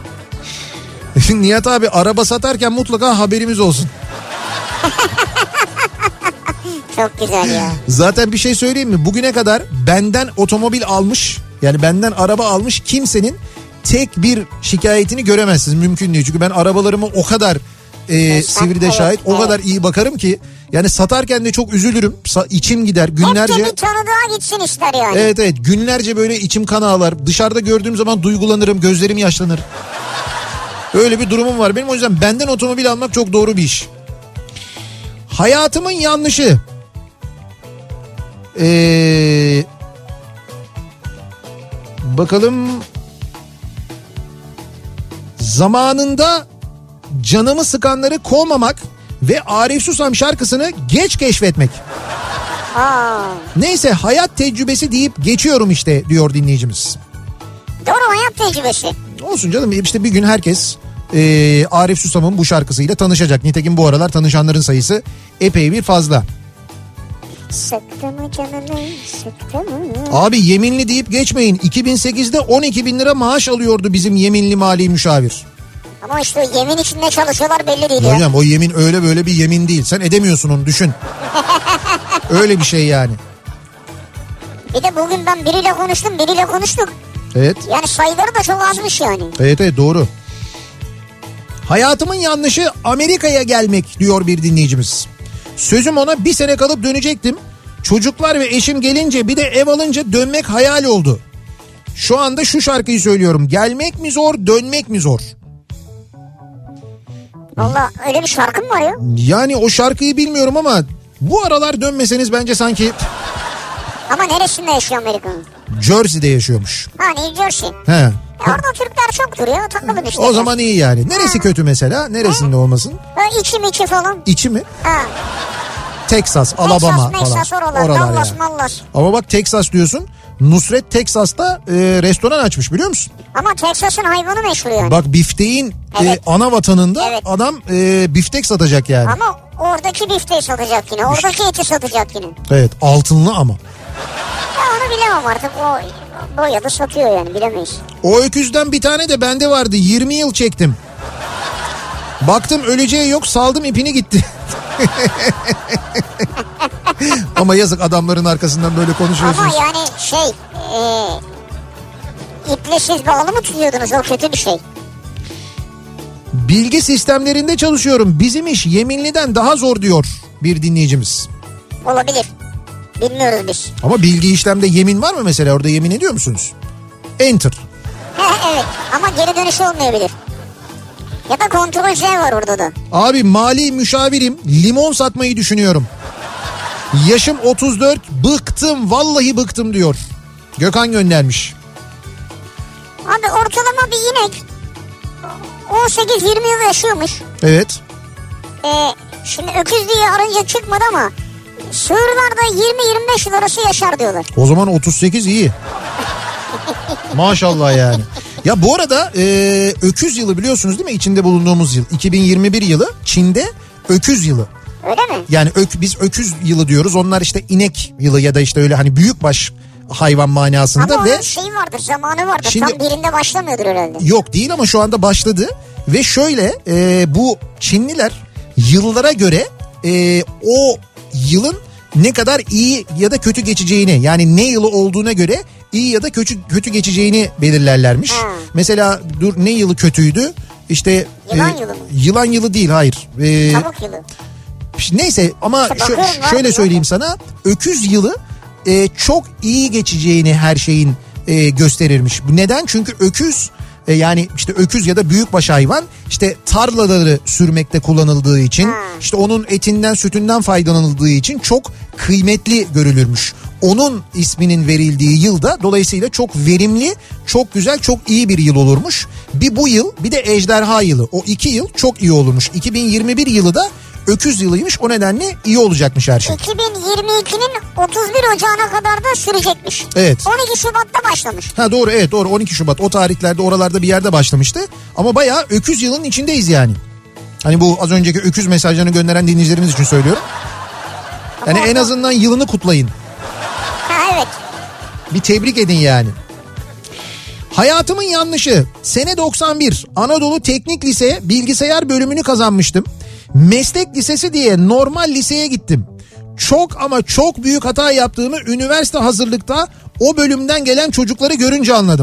Nihat abi, araba satarken mutlaka haberimiz olsun. Çok güzel ya. Zaten bir şey söyleyeyim mi? Bugüne kadar benden otomobil almış, yani benden araba almış kimsenin tek bir şikayetini göremezsiniz. Mümkün değil. Çünkü ben arabalarımı o kadar sivride şahit, o kadar iyi bakarım ki. Yani satarken de çok üzülürüm. İçim gider günlerce. Hep de bir tanıdığa gitsin ister yani. Evet, günlerce böyle içim kan ağlar. Dışarıda gördüğüm zaman duygulanırım, gözlerim yaşlanır. Öyle bir durumum var benim, o yüzden benden otomobil almak çok doğru bir iş. Hayatımın yanlışı. Bakalım. Zamanında canımı sıkanları kovmamak ve Arif Susam şarkısını geç keşfetmek. Neyse, hayat tecrübesi deyip geçiyorum işte diyor dinleyicimiz. Doğru, hayat tecrübesi. Olsun canım, işte bir gün herkes Arif Susam'ın bu şarkısıyla tanışacak. Nitekim bu aralar tanışanların sayısı epey bir fazla. Sıktı mı canını, sıktı mı? Abi yeminli deyip geçmeyin. 2008'de 12 bin lira maaş alıyordu bizim yeminli mali müşavir. Ama işte o yemin içinde çalışıyorlar belli değil ya. Hocam o yemin öyle böyle bir yemin değil. Sen edemiyorsun onu, düşün. Öyle bir şey yani. Bir de bugün ben biriyle konuştuk. Evet. Yani sayıları da çok azmış yani. Evet doğru. Hayatımın yanlışı Amerika'ya gelmek diyor bir dinleyicimiz. Sözüm ona bir sene kalıp dönecektim. Çocuklar ve eşim gelince, bir de ev alınca dönmek hayal oldu. Şu anda şu şarkıyı söylüyorum. Gelmek mi zor, dönmek mi zor? Valla öyle bir şarkı mı var ya? Yani o şarkıyı bilmiyorum ama bu aralar dönmeseniz bence sanki... Ama neresinde yaşıyor Amerika'nın? Jersey'de yaşıyormuş. Ha, New Jersey. He. Orada Türkler çoktur ya, takılın işte. O zaman iyi yani. Neresi kötü mesela? Neresinde olmasın? İçi falan. İçi mi? Ha. Texas, Alabama Texas, falan. oralar Dallas, yani. Mallas. Ama bak, Texas diyorsun. Nusret Texas'ta restoran açmış, biliyor musun? Ama Texas'ın hayvanı meşhur yani. Bak, bifteğin ana vatanında adam biftek satacak yani. Ama oradaki bifteği satacak yine. Oradaki eti satacak yine. Evet, altınlı ama. Ya onu bilemem artık. O boyadı satıyor yani, bilemeyiz. O öküzden bir tane de bende vardı. 20 yıl çektim. Baktım öleceği yok, saldım ipini, gitti. Ama yazık, adamların arkasından böyle konuşuyorsunuz. Ama yani iple siz bağlı mı tutuyordunuz? O kötü bir şey. Bilgi sistemlerinde çalışıyorum. Bizim iş yeminliden daha zor diyor bir dinleyicimiz. Olabilir. Bilmiyoruz biz. Ama bilgi işlemde yemin var mı mesela? Orada yemin ediyor musunuz? Enter. Evet, ama geri dönüşü olmayabilir. Ya da kontrol Z var orada da. Abi mali müşavirim, limon satmayı düşünüyorum. Yaşım 34, bıktım, vallahi bıktım diyor. Gökhan göndermiş. Abi ortalama bir inek 18-20 yıl yaşıyormuş. Evet. Şimdi öküz diye arınca çıkmadı ama Sığırlar da 20-25 yıl arası yaşar diyorlar. O zaman 38 iyi. Maşallah yani. Ya bu arada öküz yılı biliyorsunuz değil mi? İçinde bulunduğumuz yıl. 2021 yılı Çin'de öküz yılı. Öyle mi? Yani biz öküz yılı diyoruz. Onlar işte inek yılı ya da işte öyle hani büyükbaş hayvan manasında. Ama ve onun şeyi vardır, zamanı vardır. Şimdi, tam birinde başlamıyordur herhalde. Yok değil ama şu anda başladı. Ve şöyle bu Çinliler yıllara göre o yılın ne kadar iyi ya da kötü geçeceğini, yani ne yılı olduğuna göre iyi ya da kötü geçeceğini belirlerlermiş. Mesela ne yılı kötüydü? İşte yılan yılı mı? Yılan yılı değil, hayır. Tavuk yılı. Neyse ama şöyle söyleyeyim sana. Öküz yılı çok iyi geçeceğini her şeyin gösterirmiş. Neden? Çünkü öküz yani işte öküz ya da büyükbaş hayvan işte tarlaları sürmekte kullanıldığı için, işte onun etinden sütünden faydalanıldığı için çok kıymetli görülürmüş. Onun isminin verildiği yılda dolayısıyla çok verimli, çok güzel, çok iyi bir yıl olurmuş. Bir bu yıl, bir de ejderha yılı. O 2 yıl çok iyi olurmuş. 2021 yılı da öküz yılıymış. O nedenle iyi olacakmış her şey. 2022'nin 31 Ocağı'na kadar da sürecekmiş. Evet. 12 Şubat'ta başlamış. Ha doğru, evet doğru, 12 Şubat o tarihlerde oralarda bir yerde başlamıştı. Ama bayağı öküz yılının içindeyiz yani. Hani bu az önceki öküz mesajlarını gönderen dinleyicilerimiz için söylüyorum. Yani en azından yılını kutlayın. Ha evet. Bir tebrik edin yani. Hayatımın yanlışı. Sene 91 Anadolu Teknik Lise bilgisayar bölümünü kazanmıştım. Meslek lisesi diye normal liseye gittim. Çok ama çok büyük hata yaptığımı üniversite hazırlıkta o bölümden gelen çocukları görünce anladım.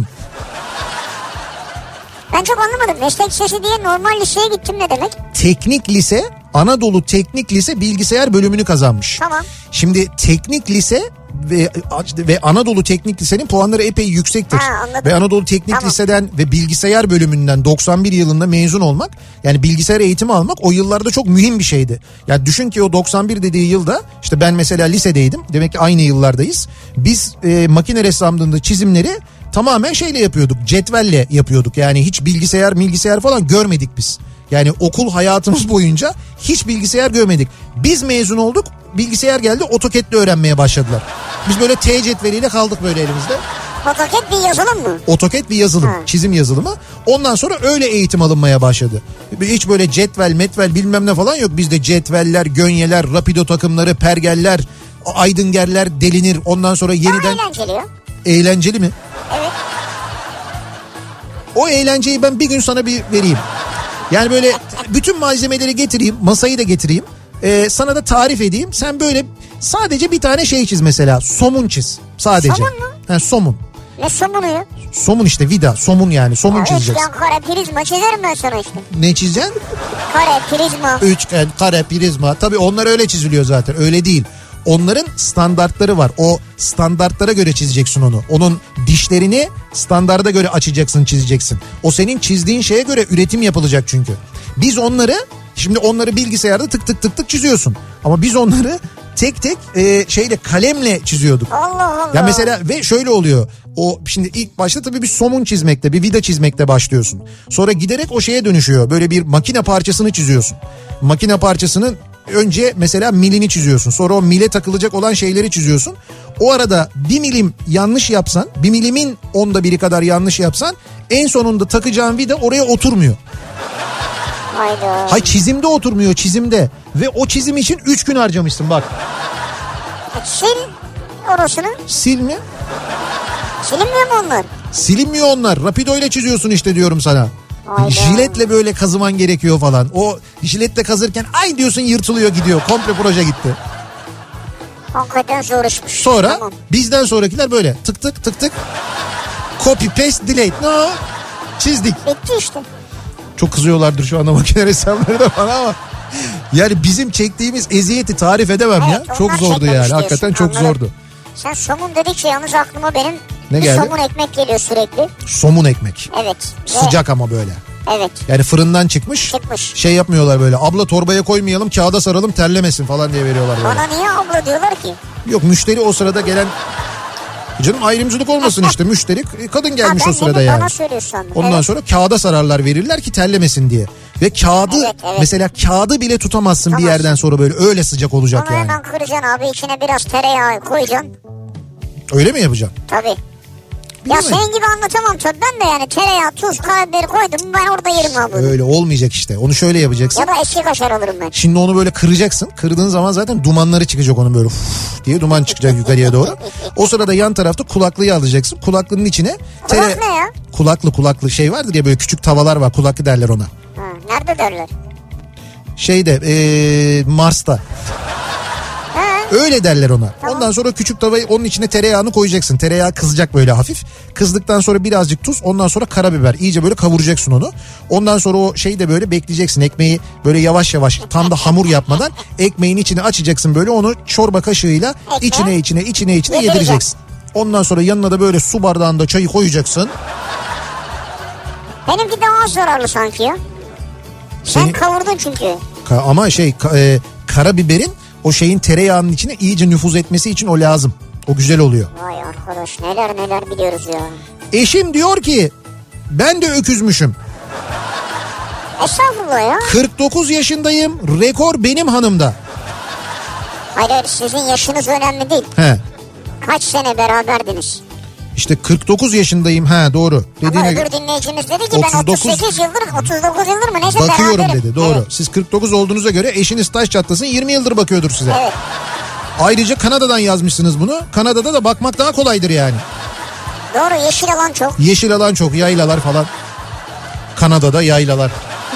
Ben çok anlamadım. Meslek lisesi diye normal liseye gittim ne demek? Teknik lise, Anadolu Teknik Lise bilgisayar bölümünü kazanmış. Tamam. Şimdi teknik lise ve Anadolu Teknik Lise'nin puanları epey yüksektir. Ve Anadolu Teknik Lise'den ve bilgisayar bölümünden 91 yılında mezun olmak, yani bilgisayar eğitimi almak o yıllarda çok mühim bir şeydi. Yani düşün ki o 91 dediği yılda işte ben mesela lisedeydim. Demek ki aynı yıllardayız. Biz makine ressamlığında çizimleri tamamen şeyle yapıyorduk. Cetvelle yapıyorduk. Yani hiç bilgisayar falan görmedik biz. Yani okul hayatımız boyunca hiç bilgisayar görmedik. Biz mezun olduk, bilgisayar geldi, AutoCAD'le öğrenmeye başladılar. Biz böyle T cetveliyle kaldık böyle elimizde. AutoCAD bir yazılım mı? AutoCAD bir yazılım, çizim yazılımı. Ondan sonra öyle eğitim alınmaya başladı. Hiç böyle metvel bilmem ne falan yok. Bizde cetveller, gönyeler, rapido takımları, pergeller, aydıngerler delinir. Ondan sonra yeniden... Daha eğlenceli ya. Eğlenceli mi? Evet. O eğlenceyi ben bir gün sana bir vereyim. Yani böyle bütün malzemeleri getireyim, masayı da getireyim. Sana da tarif edeyim. Sen böyle sadece bir tane şey çiz mesela. Somun çiz. Sadece. Somun mu? He, somun. Ne somunu ya? Somun işte, vida. Somun yani. Somun çizeceksin. Üçgen, kare, prizma çizerim ben sana işte. Ne çizeceksin? Kare, prizma. Üçgen, kare, prizma. Tabii onlar öyle çiziliyor zaten. Öyle değil. Onların standartları var. O standartlara göre çizeceksin onu. Onun dişlerini standarda göre açacaksın, çizeceksin. O senin çizdiğin şeye göre üretim yapılacak çünkü. Biz onları bilgisayarda tık çiziyorsun. Ama biz onları tek şeyle, kalemle çiziyorduk. Allah Allah. Ya mesela ve şöyle oluyor. O şimdi ilk başta tabii bir somun çizmekte, bir vida çizmekte başlıyorsun. Sonra giderek o şeye dönüşüyor. Böyle bir makine parçasını çiziyorsun. Makine parçasının önce mesela milini çiziyorsun. Sonra o mile takılacak olan şeyleri çiziyorsun. O arada 1 milim yanlış yapsan, 1 milimin 1/10 kadar yanlış yapsan, en sonunda takacağın vida oraya oturmuyor. Hayda. Hay çizimde oturmuyor, çizimde. Ve o çizim için 3 gün harcamışsın bak. Sil orasını. Sil mi? Silinmiyor mu onlar? Silinmiyor onlar. Rapido ile çiziyorsun işte diyorum sana. Hayda. Jiletle böyle kazıman gerekiyor falan. O jiletle kazırken ay diyorsun, yırtılıyor gidiyor. Komple proje gitti. Hakikaten zor işmiş. Sonra bizden sonrakiler böyle tık tık. Copy paste delete. No. Çizdik. Bitti işte. Çok kızıyorlardır şu anda makine ressamları da bana ama. Yani bizim çektiğimiz eziyeti tarif edemem ya. Çok zordu yani. Hakikaten çok zordu. Sen somun dedikçe yalnız aklıma benim ne geldi? Somun ekmek geliyor sürekli. Somun ekmek. Evet. Sıcak ama böyle. Evet. Yani fırından çıkmış. Şey yapmıyorlar böyle. Abla torbaya koymayalım, kağıda saralım, terlemesin falan diye veriyorlar böyle. Bana niye abla diyorlar ki? Yok, müşteri o sırada gelen Canım ayrımcılık olmasın işte, müşteri kadın gelmiş o sırada yani. Bana söylüyorsun. Ondan sonra kağıda sararlar verirler ki terlemesin diye. Ve kağıdı mesela kağıdı bile tutamazsın bir yerden sonra, böyle öyle sıcak olacak onu yani. Onu hemen kıracaksın abi, içine biraz tereyağı koyacaksın. Öyle mi yapacaksın? Tabii. Ya senin gibi anlatamam tabii ben de, yani tereyağı, tuz, karabiberi koydum ben orada yerim abi. Öyle olmayacak işte. Onu şöyle yapacaksın. Ya da eski kaşar alırım ben. Şimdi onu böyle kıracaksın. Kırdığın zaman zaten dumanları çıkacak, onun böyle diye duman çıkacak yukarıya doğru. O sırada yan tarafta kulaklığı alacaksın. Kulaklığın içine Kulak ne ya? Kulaklı şey vardır ya, böyle küçük tavalar var, kulaklı derler ona. Ha, nerede derler? Şeyde Mars'ta. Öyle derler ona. Tamam. Ondan sonra küçük tavayı, onun içine tereyağını koyacaksın. Tereyağı kızacak böyle hafif. Kızdıktan sonra birazcık tuz, ondan sonra karabiber. İyice böyle kavuracaksın onu. Ondan sonra o şeyi de böyle bekleyeceksin. Ekmeği böyle yavaş yavaş, tam da hamur yapmadan ekmeğin içine açacaksın böyle, onu çorba kaşığıyla içine yedireceksin. Ondan sonra yanına da böyle su bardağında çayı koyacaksın. Benimki daha az zararlı sanki ya. Sen kavurdun çünkü. Ama karabiberin o şeyin tereyağının içine iyice nüfuz etmesi için o lazım. O güzel oluyor. Vay arkadaş, neler biliyoruz ya. Eşim diyor ki ben de öküzmüşüm. Estağfurullah ya. 49 yaşındayım, rekor benim hanımda. Hayır, sizin yaşınız önemli değil. He. Kaç sene beraberdiniz? İşte 49 yaşındayım, doğru. Ama öbür dinleyicimiz dedi ki 39, ben 39 yıldır mı neyse bakıyorum beraberim dedi, doğru. Evet. Siz 49 olduğunuza göre eşiniz taş çatlasın 20 yıldır bakıyordur size. Evet. Ayrıca Kanada'dan yazmışsınız bunu. Kanada'da da bakmak daha kolaydır yani. Doğru, yeşil alan çok. Yeşil alan çok, yaylalar falan. Kanada'da yaylalar.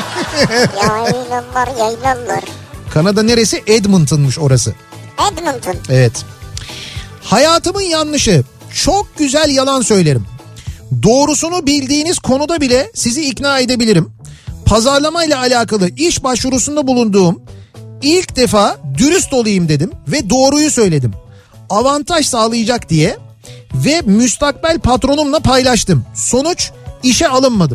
Yaylalar. Kanada neresi? Edmonton'muş orası. Edmonton. Evet. Hayatımın yanlışı. Çok güzel yalan söylerim. Doğrusunu bildiğiniz konuda bile sizi ikna edebilirim. Pazarlamayla alakalı iş başvurusunda bulunduğum ilk defa dürüst olayım dedim ve doğruyu söyledim. Avantaj sağlayacak diye ve müstakbel patronumla paylaştım. Sonuç, işe alınmadım.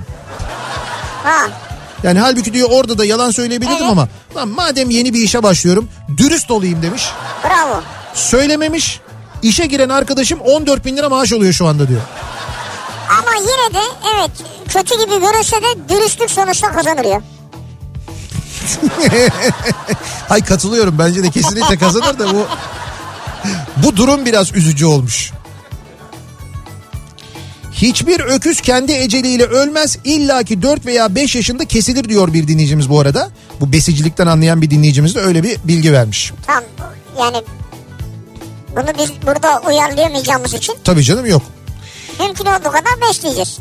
Yani halbuki diyor orada da yalan söyleyebilirdim ama lan madem yeni bir işe başlıyorum dürüst olayım demiş. Bravo. Söylememiş. İşe giren arkadaşım 14.000 lira maaş alıyor şu anda diyor. Ama yine de evet, kötü gibi görünse de dürüstlük sonuçta kazanır ya. Hay katılıyorum, bence de kesinlikle kazanır da bu durum biraz üzücü olmuş. Hiçbir öküz kendi eceliyle ölmez, illaki 4 veya 5 yaşında kesilir diyor bir dinleyicimiz bu arada. Bu besicilikten anlayan bir dinleyicimiz de öyle bir bilgi vermiş. Tamam, yani bunu biz burada uyarlayamayacağımız için. Tabii canım, yok. Mümkün olduğu kadar besleyeceğiz.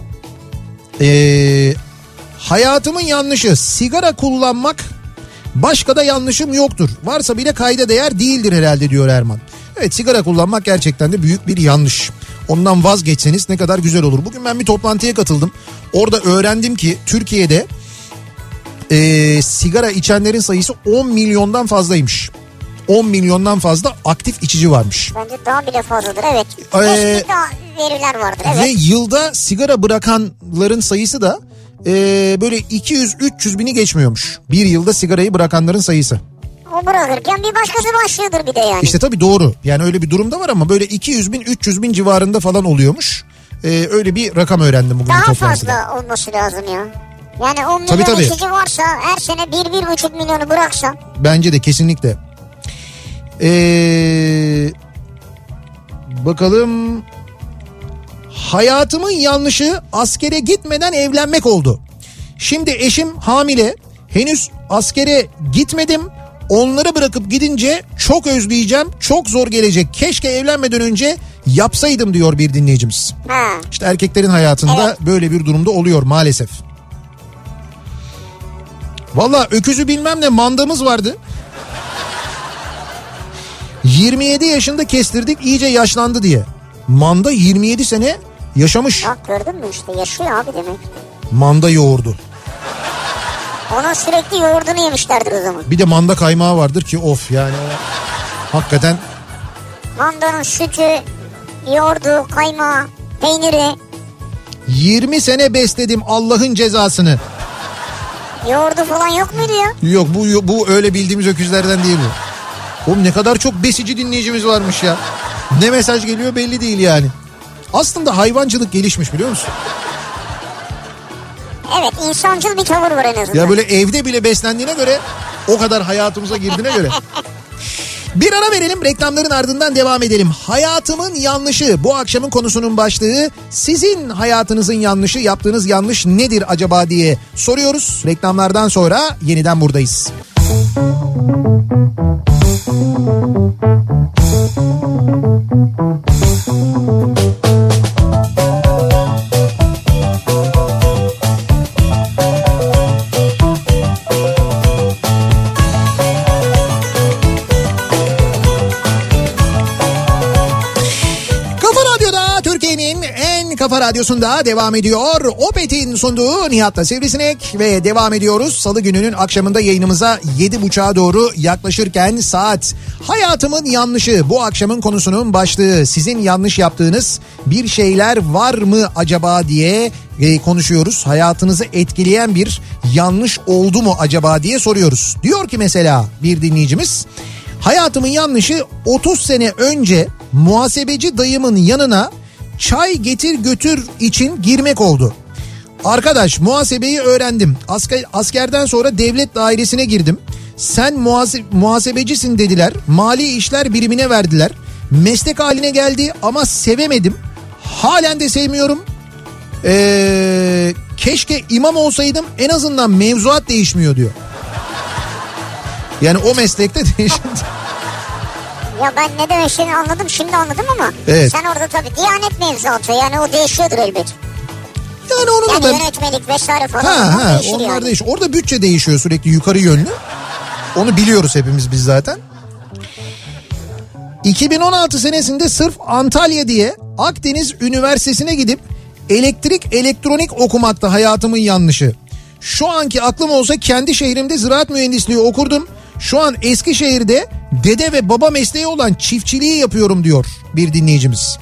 Hayatımın yanlışı sigara kullanmak, başka da yanlışım yoktur. Varsa bile kayda değer değildir herhalde diyor Erman. Evet, sigara kullanmak gerçekten de büyük bir yanlış. Ondan vazgeçseniz ne kadar güzel olur. Bugün ben bir toplantıya katıldım. Orada öğrendim ki Türkiye'de sigara içenlerin sayısı 10 milyondan fazlaymış. 10 milyondan fazla aktif içici varmış. Bence daha bile fazladır, evet. Keşke daha veriler vardır, evet. Ve yılda sigara bırakanların sayısı da böyle 200-300 bini geçmiyormuş. Bir yılda sigarayı bırakanların sayısı. O bırakırken bir başkası başlıyordur bir de yani. İşte tabii doğru. Yani öyle bir durumda var ama böyle 200 bin 300 bin civarında falan oluyormuş. Öyle bir rakam öğrendim bugün daha toplantıda. Daha fazla olması lazım ya. Yani 10 milyon içici varsa her sene 1-1,5 milyonu bıraksa. Bence de kesinlikle. Bakalım. Hayatımın yanlışı askere gitmeden evlenmek oldu. Şimdi eşim hamile. Henüz askere gitmedim. Onları bırakıp gidince çok özleyeceğim. Çok zor gelecek. Keşke evlenmeden önce yapsaydım diyor bir dinleyicimiz. İşte erkeklerin hayatında böyle bir durumda oluyor maalesef. Valla öküzü bilmem ne mandamız vardı. 27 yaşında kestirdik, iyice yaşlandı diye. Manda 27 sene yaşamış. Bak gördün mü işte, yaşıyor abi demek. Manda yoğurdu. Onun sürekli yoğurdunu yemişlerdir o zaman. Bir de manda kaymağı vardır ki of yani. Hakikaten. Mandanın sütü, yoğurdu, kaymağı, peyniri. 20 sene besledim Allah'ın cezasını. Yoğurdu falan yok muydu ya? Yok, bu öyle bildiğimiz öküzlerden değil bu. Oğlum ne kadar çok besici dinleyicimiz varmış ya. Ne mesaj geliyor belli değil yani. Aslında hayvancılık gelişmiş, biliyor musun? Evet, insancıl bir tavır var en azından. Ya böyle evde bile beslendiğine göre, o kadar hayatımıza girdiğine göre. Bir ara verelim, reklamların ardından devam edelim. Hayatımın yanlışı bu akşamın konusunun başlığı. Sizin hayatınızın yanlışı, yaptığınız yanlış nedir acaba diye soruyoruz. Reklamlardan sonra yeniden buradayız. Kafa Radyosu'nda devam ediyor. Opet'in sunduğu Nihat'la Sivrisinek ve devam ediyoruz. Salı gününün akşamında yayınımıza 7.30'a doğru yaklaşırken saat. Hayatımın yanlışı bu akşamın konusunun başlığı. Sizin yanlış yaptığınız bir şeyler var mı acaba diye konuşuyoruz. Hayatınızı etkileyen bir yanlış oldu mu acaba diye soruyoruz. Diyor ki mesela bir dinleyicimiz, hayatımın yanlışı 30 sene önce muhasebeci dayımın yanına çay getir götür için girmek oldu. Arkadaş, muhasebeyi öğrendim. Askerden sonra devlet dairesine girdim. Sen muhasebecisin dediler. Mali işler birimine verdiler. Meslek haline geldi ama sevemedim. Halen de sevmiyorum. Keşke imam olsaydım, en azından mevzuat değişmiyor diyor. Yani o meslekte değişti. Ya ben ne demek istediğini anladım, şimdi anladım ama evet. Sen orada tabii Diyanet mevzuatı, yani o değişiyordur elbet. Yani onun yani da yönetmelik vesaire falan değişir onlar yani. Değişir. Orada bütçe değişiyor sürekli yukarı yönlü. Onu biliyoruz hepimiz biz zaten. 2016 senesinde sırf Antalya diye Akdeniz Üniversitesi'ne gidip elektrik elektronik okumakta hayatımın yanlışı. Şu anki aklım olsa kendi şehrimde ziraat mühendisliği okurdum. Şu an Eskişehir'de dede ve baba mesleği olan çiftçiliği yapıyorum diyor bir dinleyicimiz.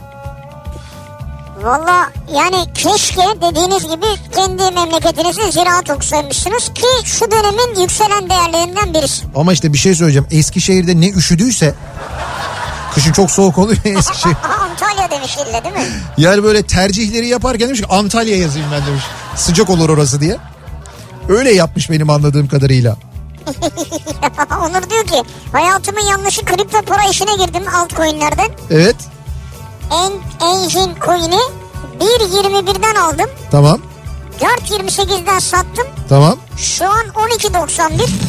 Valla yani keşke dediğiniz gibi kendi memleketinizde ziraat okusaymışsınız ki şu dönemin yükselen değerlerinden birisi. Ama işte bir şey söyleyeceğim, Eskişehir'de ne üşüdüyse, kışın çok soğuk oluyor Eskişehir. Antalya demiş ille değil mi? Yani böyle tercihleri yaparken demiş ki Antalya yazayım ben demiş. Sıcak olur orası diye. Öyle yapmış benim anladığım kadarıyla. Onur diyor ki hayatımın yanlışı kripto para işine girdim altcoin'lerden. Evet. Engine coin'i 1.21'den aldım. Tamam. 4.28'den sattım. Tamam. Şu an 12.91.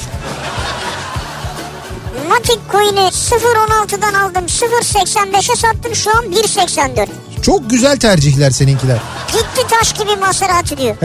Matic coin'i 0.16'dan aldım, 0.85'e sattım, şu an 1.84. Çok güzel tercihler seninkiler. Gitti taş gibi Maserati diyor.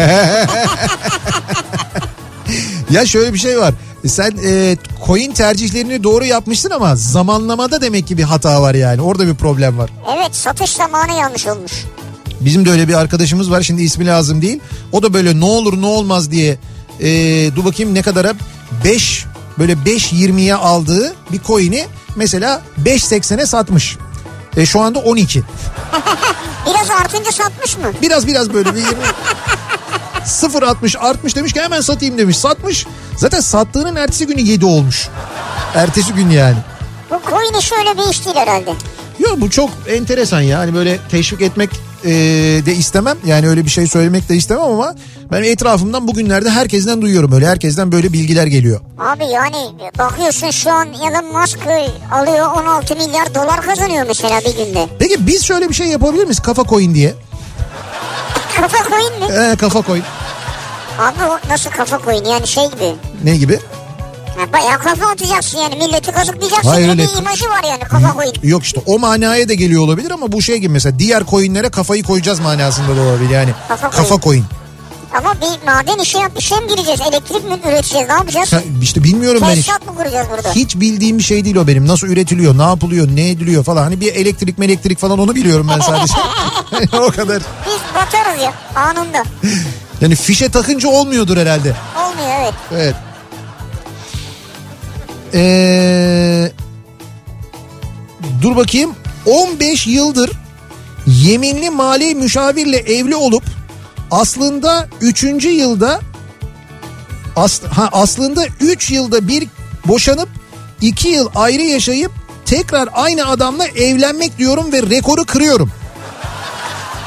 Ya şöyle bir şey var. Sen coin tercihlerini doğru yapmışsın ama zamanlamada demek ki bir hata var yani. Orada bir problem var. Evet, satış zamanı yanlış olmuş. Bizim de öyle bir arkadaşımız var, şimdi ismi lazım değil. O da böyle ne olur ne olmaz diye dur bakayım ne kadara 5.20'ye aldığı bir coin'i mesela 5.80'e satmış. Şu anda 12. Biraz artınca satmış mı? Biraz böyle bir 20. 0.60 artmış demiş ki hemen satayım demiş. Satmış. Zaten sattığının ertesi günü 7 olmuş. Ertesi gün yani. Bu coin'i şöyle bir iş değil herhalde. Yok, bu çok enteresan ya. Hani böyle teşvik etmek de istemem. Yani öyle bir şey söylemek de istemem ama ben etrafımdan bugünlerde herkesten duyuyorum öyle. Herkesten böyle bilgiler geliyor. Abi yani bakıyorsun şu an Elon Musk alıyor 16 milyar dolar kazanıyor mesela bir günde. Peki biz şöyle bir şey yapabilir miyiz? Kafa coin diye. Kafa coin mi? Kafa coin. Abi o nasıl kafa coin, yani şey gibi. Ne gibi? Bayağı kafa atacaksın yani, milleti kazıklayacaksın. Hayır, öyle. Bir imajı var yani kafa coin. Yok işte o manaya da geliyor olabilir ama bu şey gibi mesela diğer coinlere kafayı koyacağız manasında da olabilir yani. Kafa coin. Ama bir maden işe mi gireceğiz? Elektrik mi üreteceğiz? Ne yapacağız? İşte bilmiyorum ben hiç. Tesisat mı kuracağız burada? Hiç bildiğim bir şey değil o benim. Nasıl üretiliyor, ne yapılıyor, ne ediliyor falan. Hani bir elektrik falan onu biliyorum ben sadece. O kadar. Biz batarız ya anında. Yani fişe takınca olmuyordur herhalde. Olmuyor, evet. Evet. Dur bakayım. 15 yıldır yeminli mali müşavirle evli olup aslında 3. yılda aslında 3 yılda bir boşanıp 2 yıl ayrı yaşayıp tekrar aynı adamla evlenmek diyorum ve rekoru kırıyorum.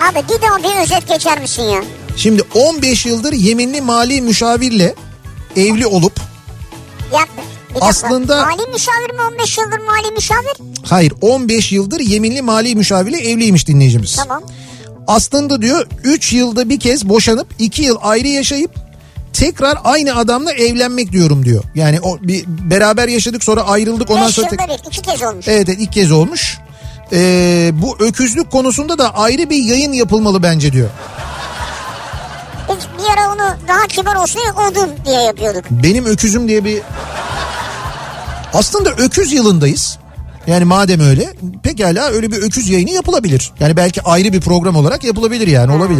Abi bir daha bir özet geçer misin ya? Şimdi 15 yıldır yeminli mali müşavirle evli olup Ya aslında mali müşavir mi 15 yıldır mali müşavir? Hayır, 15 yıldır yeminli mali müşavirle evliymiş dinleyicimiz. Tamam. Aslında diyor 3 yılda bir kez boşanıp 2 yıl ayrı yaşayıp tekrar aynı adamla evlenmek diyorum diyor. Yani o bir beraber yaşadık, sonra ayrıldık, ondan 5 sonra yılda bir 2 kez olmuş. Evet, ilk kez olmuş. Bu öküzlük konusunda da ayrı bir yayın yapılmalı bence diyor. Biz bir ara onu daha kibar olsun diye odun diye yapıyorduk. Benim öküzüm diye bir... Aslında öküz yılındayız. Yani madem öyle, pekala öyle bir öküz yayını yapılabilir. Yani belki ayrı bir program olarak yapılabilir yani, olabilir.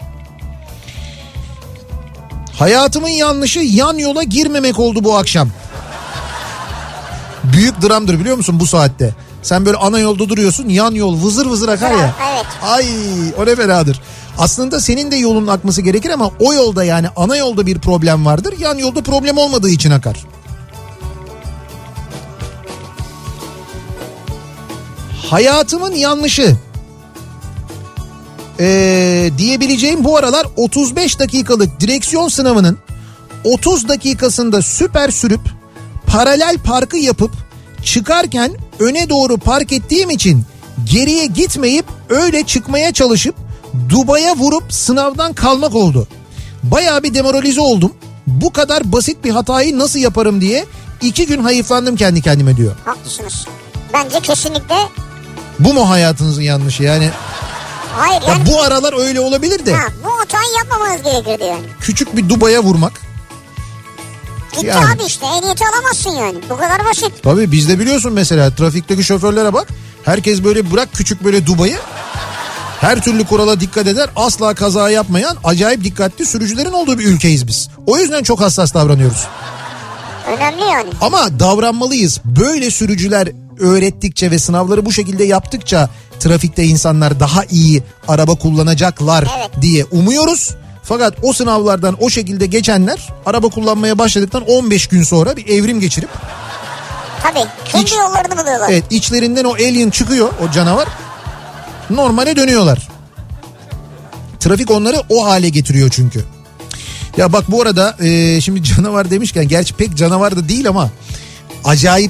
Hayatımın yanlışı yan yola girmemek oldu bu akşam. Büyük dramdır biliyor musun bu saatte? Sen böyle ana yolda duruyorsun, yan yol vızır vızır akar ya. Evet. Ay, o ne fenadır. Aslında senin de yolun akması gerekir ama o yolda, yani ana yolda bir problem vardır. Yan yolda problem olmadığı için akar. Hayatımın yanlışı diyebileceğim bu aralar 35 dakikalık direksiyon sınavının 30 dakikasında süper sürüp paralel parkı yapıp çıkarken öne doğru park ettiğim için geriye gitmeyip öyle çıkmaya çalışıp dubaya vurup sınavdan kalmak oldu. Bayağı bir demoralize oldum. Bu kadar basit bir hatayı nasıl yaparım diye 2 gün hayıflandım kendi kendime diyor. Haklısınız. Bence kesinlikle. Bu mu hayatınızın yanlışı yani? Hayır yani. Ya bu aralar öyle olabilir de. Ha, bu hatayı yapmamanız gerekirdi yani. Küçük bir dubaya vurmak. Gitti yani. Abi işte ehliyeti alamazsın yani. Bu kadar basit. Tabii bizde biliyorsun mesela trafikteki şoförlere bak. Herkes böyle bırak küçük böyle dubayı. Her türlü kurala dikkat eder. Asla kaza yapmayan acayip dikkatli sürücülerin olduğu bir ülkeyiz biz. O yüzden çok hassas davranıyoruz. Önemli yani. Ama davranmalıyız. Böyle sürücüler öğrettikçe ve sınavları bu şekilde yaptıkça trafikte insanlar daha iyi araba kullanacaklar diye umuyoruz. Fakat o sınavlardan o şekilde geçenler araba kullanmaya başladıktan 15 gün sonra bir evrim geçirip tabii kendi yollarını buluyorlar. Evet, içlerinden o alien çıkıyor, o canavar. Normale dönüyorlar. Trafik onları o hale getiriyor çünkü. Ya bak bu arada şimdi canavar demişken, gerçi pek canavar da değil ama acayip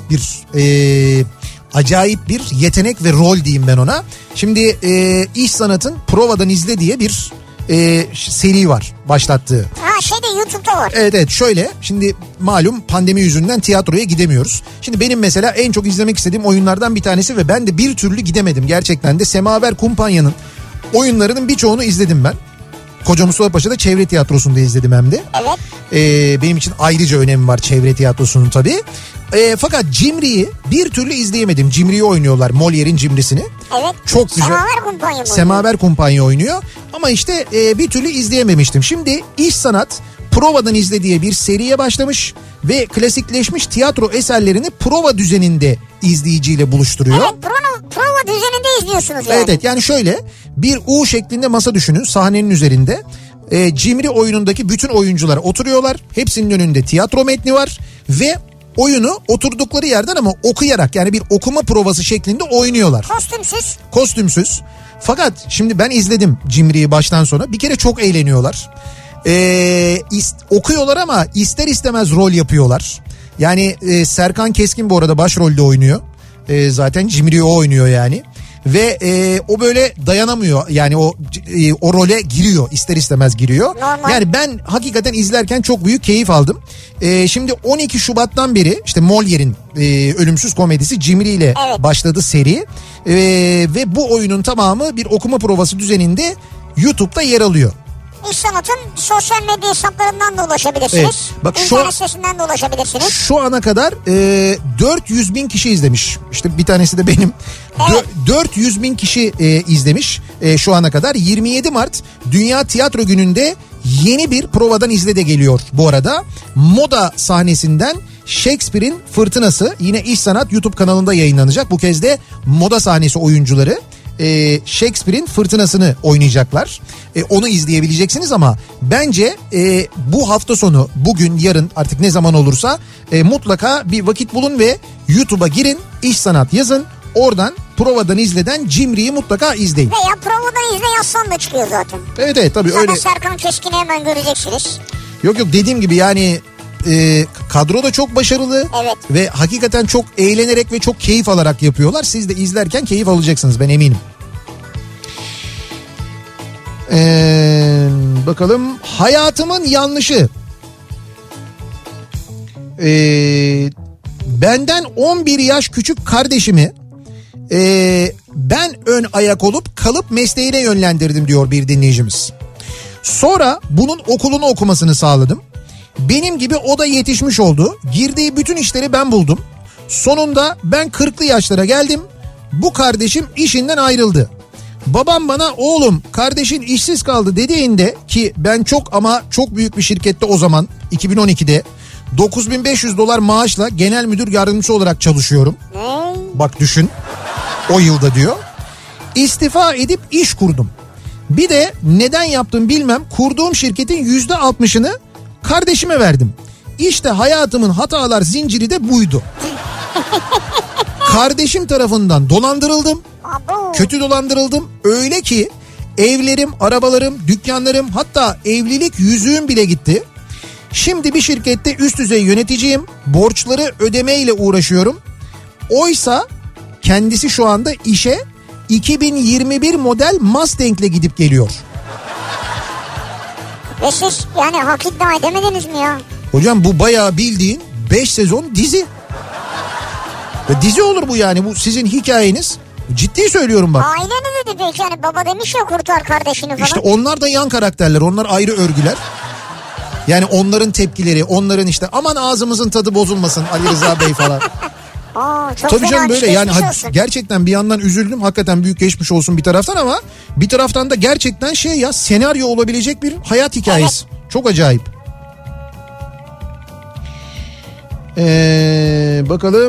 bir yetenek ve rol diyeyim ben ona. Şimdi İş Sanat'ın Provadan İzle diye bir seri var başlattığı. Ha şeyde YouTube'da var. Evet şöyle, şimdi malum pandemi yüzünden tiyatroya gidemiyoruz. Şimdi benim mesela en çok izlemek istediğim oyunlardan bir tanesi ve ben de bir türlü gidemedim gerçekten de. Semaver Kumpanya'nın oyunlarının birçoğunu izledim ben. Koca Mustafa Paşa'da Çevre Tiyatrosu'nda izledim hem de. Evet. Benim için ayrıca önemi var Çevre Tiyatrosu'nun tabii. Fakat Cimri'yi bir türlü izleyemedim. Cimri'yi oynuyorlar, Molière'in Cimri'sini. Evet. Çok güzel. Semaver Kumpanya mı? Semaver Kumpanya oynuyor. Ama işte bir türlü izleyememiştim. Şimdi İş Sanat Provadan İzle diye bir seriye başlamış ve klasikleşmiş tiyatro eserlerini prova düzeninde izleyiciyle buluşturuyor. Evet, prova düzeninde izliyorsunuz yani. Evet yani şöyle bir U şeklinde masa düşünün sahnenin üzerinde. Cimri oyunundaki bütün oyuncular oturuyorlar. Hepsinin önünde tiyatro metni var ve oyunu oturdukları yerden ama okuyarak, yani bir okuma provası şeklinde oynuyorlar. Kostümsüz. Fakat şimdi ben izledim Cimri'yi baştan sona. Bir kere çok eğleniyorlar. Okuyorlar ama ister istemez rol yapıyorlar. Yani Serkan Keskin bu arada başrolde oynuyor. Zaten Cimri'yi o oynuyor yani. Ve o böyle dayanamıyor, yani o role giriyor, ister istemez giriyor. Normal. Yani ben hakikaten izlerken çok büyük keyif aldım. Şimdi 12 Şubat'tan beri işte Molière'in ölümsüz komedisi Cimri ile başladı seri. Ve bu oyunun tamamı bir okuma provası düzeninde YouTube'da yer alıyor. İş Sanat'ın sosyal medya hesaplarından da ulaşabilirsiniz. Evet. Bak İnternet sitesinden de ulaşabilirsiniz. Şu ana kadar 400 bin kişi izlemiş. İşte bir tanesi de benim. Evet. 400 bin kişi izlemiş şu ana kadar. 27 Mart Dünya Tiyatro Günü'nde yeni bir Provadan İzle de geliyor bu arada. Moda sahnesinden Shakespeare'in Fırtınası yine İş Sanat YouTube kanalında yayınlanacak. Bu kez de moda sahnesi oyuncuları Shakespeare'in Fırtınası'nı oynayacaklar. Onu izleyebileceksiniz ama bence bu hafta sonu, bugün, yarın, artık ne zaman olursa mutlaka bir vakit bulun ve YouTube'a girin, İş Sanat yazın. Oradan Provadan izleden Cimri'yi mutlaka izleyin. Veya provadan izle yazsan da çıkıyor zaten. Evet tabii zaten öyle. Serkan Keskin'i hemen göreceksiniz. Yok dediğim gibi yani kadro da çok başarılı. Evet. Ve hakikaten çok eğlenerek ve çok keyif alarak yapıyorlar. Siz de izlerken keyif alacaksınız, ben eminim. Bakalım, hayatımın yanlışı. Benden 11 yaş küçük kardeşimi ben ön ayak olup kalıp mesleğine yönlendirdim diyor bir dinleyicimiz. Sonra bunun okulunu okumasını sağladım. Benim gibi o da yetişmiş oldu. Girdiği bütün işleri ben buldum. Sonunda ben 40'lı yaşlara geldim. Bu kardeşim işinden ayrıldı. Babam bana oğlum kardeşin işsiz kaldı dediğinde, ki ben çok büyük bir şirkette o zaman 2012'de $9.500 maaşla genel müdür yardımcısı olarak çalışıyorum. Bak düşün, o yılda diyor. İstifa edip iş kurdum. Bir de neden yaptım bilmem, kurduğum şirketin %60'ını kardeşime verdim. İşte hayatımın hatalar zinciri de buydu. Kardeşim tarafından dolandırıldım. Kötü dolandırıldım. Öyle ki evlerim, arabalarım, dükkanlarım, hatta evlilik yüzüğüm bile gitti. Şimdi bir şirkette üst düzey yöneticiyim. Borçları ödemeyle uğraşıyorum. Oysa kendisi şu anda işe 2021 model Mustang'le gidip geliyor. Ve siz yani hak iddia edemediniz mi ya? Hocam bu bayağı bildiğin 5 sezon dizi. Ve dizi olur bu yani, bu sizin hikayeniz. Ciddi söylüyorum bak. Aile ne dedi peki, yani baba demiş ya kurtar kardeşini falan. İşte onlar da yan karakterler, onlar ayrı örgüler. Yani onların tepkileri, onların işte aman ağzımızın tadı bozulmasın Ali Rıza Bey falan. Çok tabii canım böyle yani gerçekten bir yandan üzüldüm, hakikaten büyük geçmiş olsun bir taraftan, ama bir taraftan da gerçekten senaryo olabilecek bir hayat hikayesi. Evet. Çok acayip. Bakalım.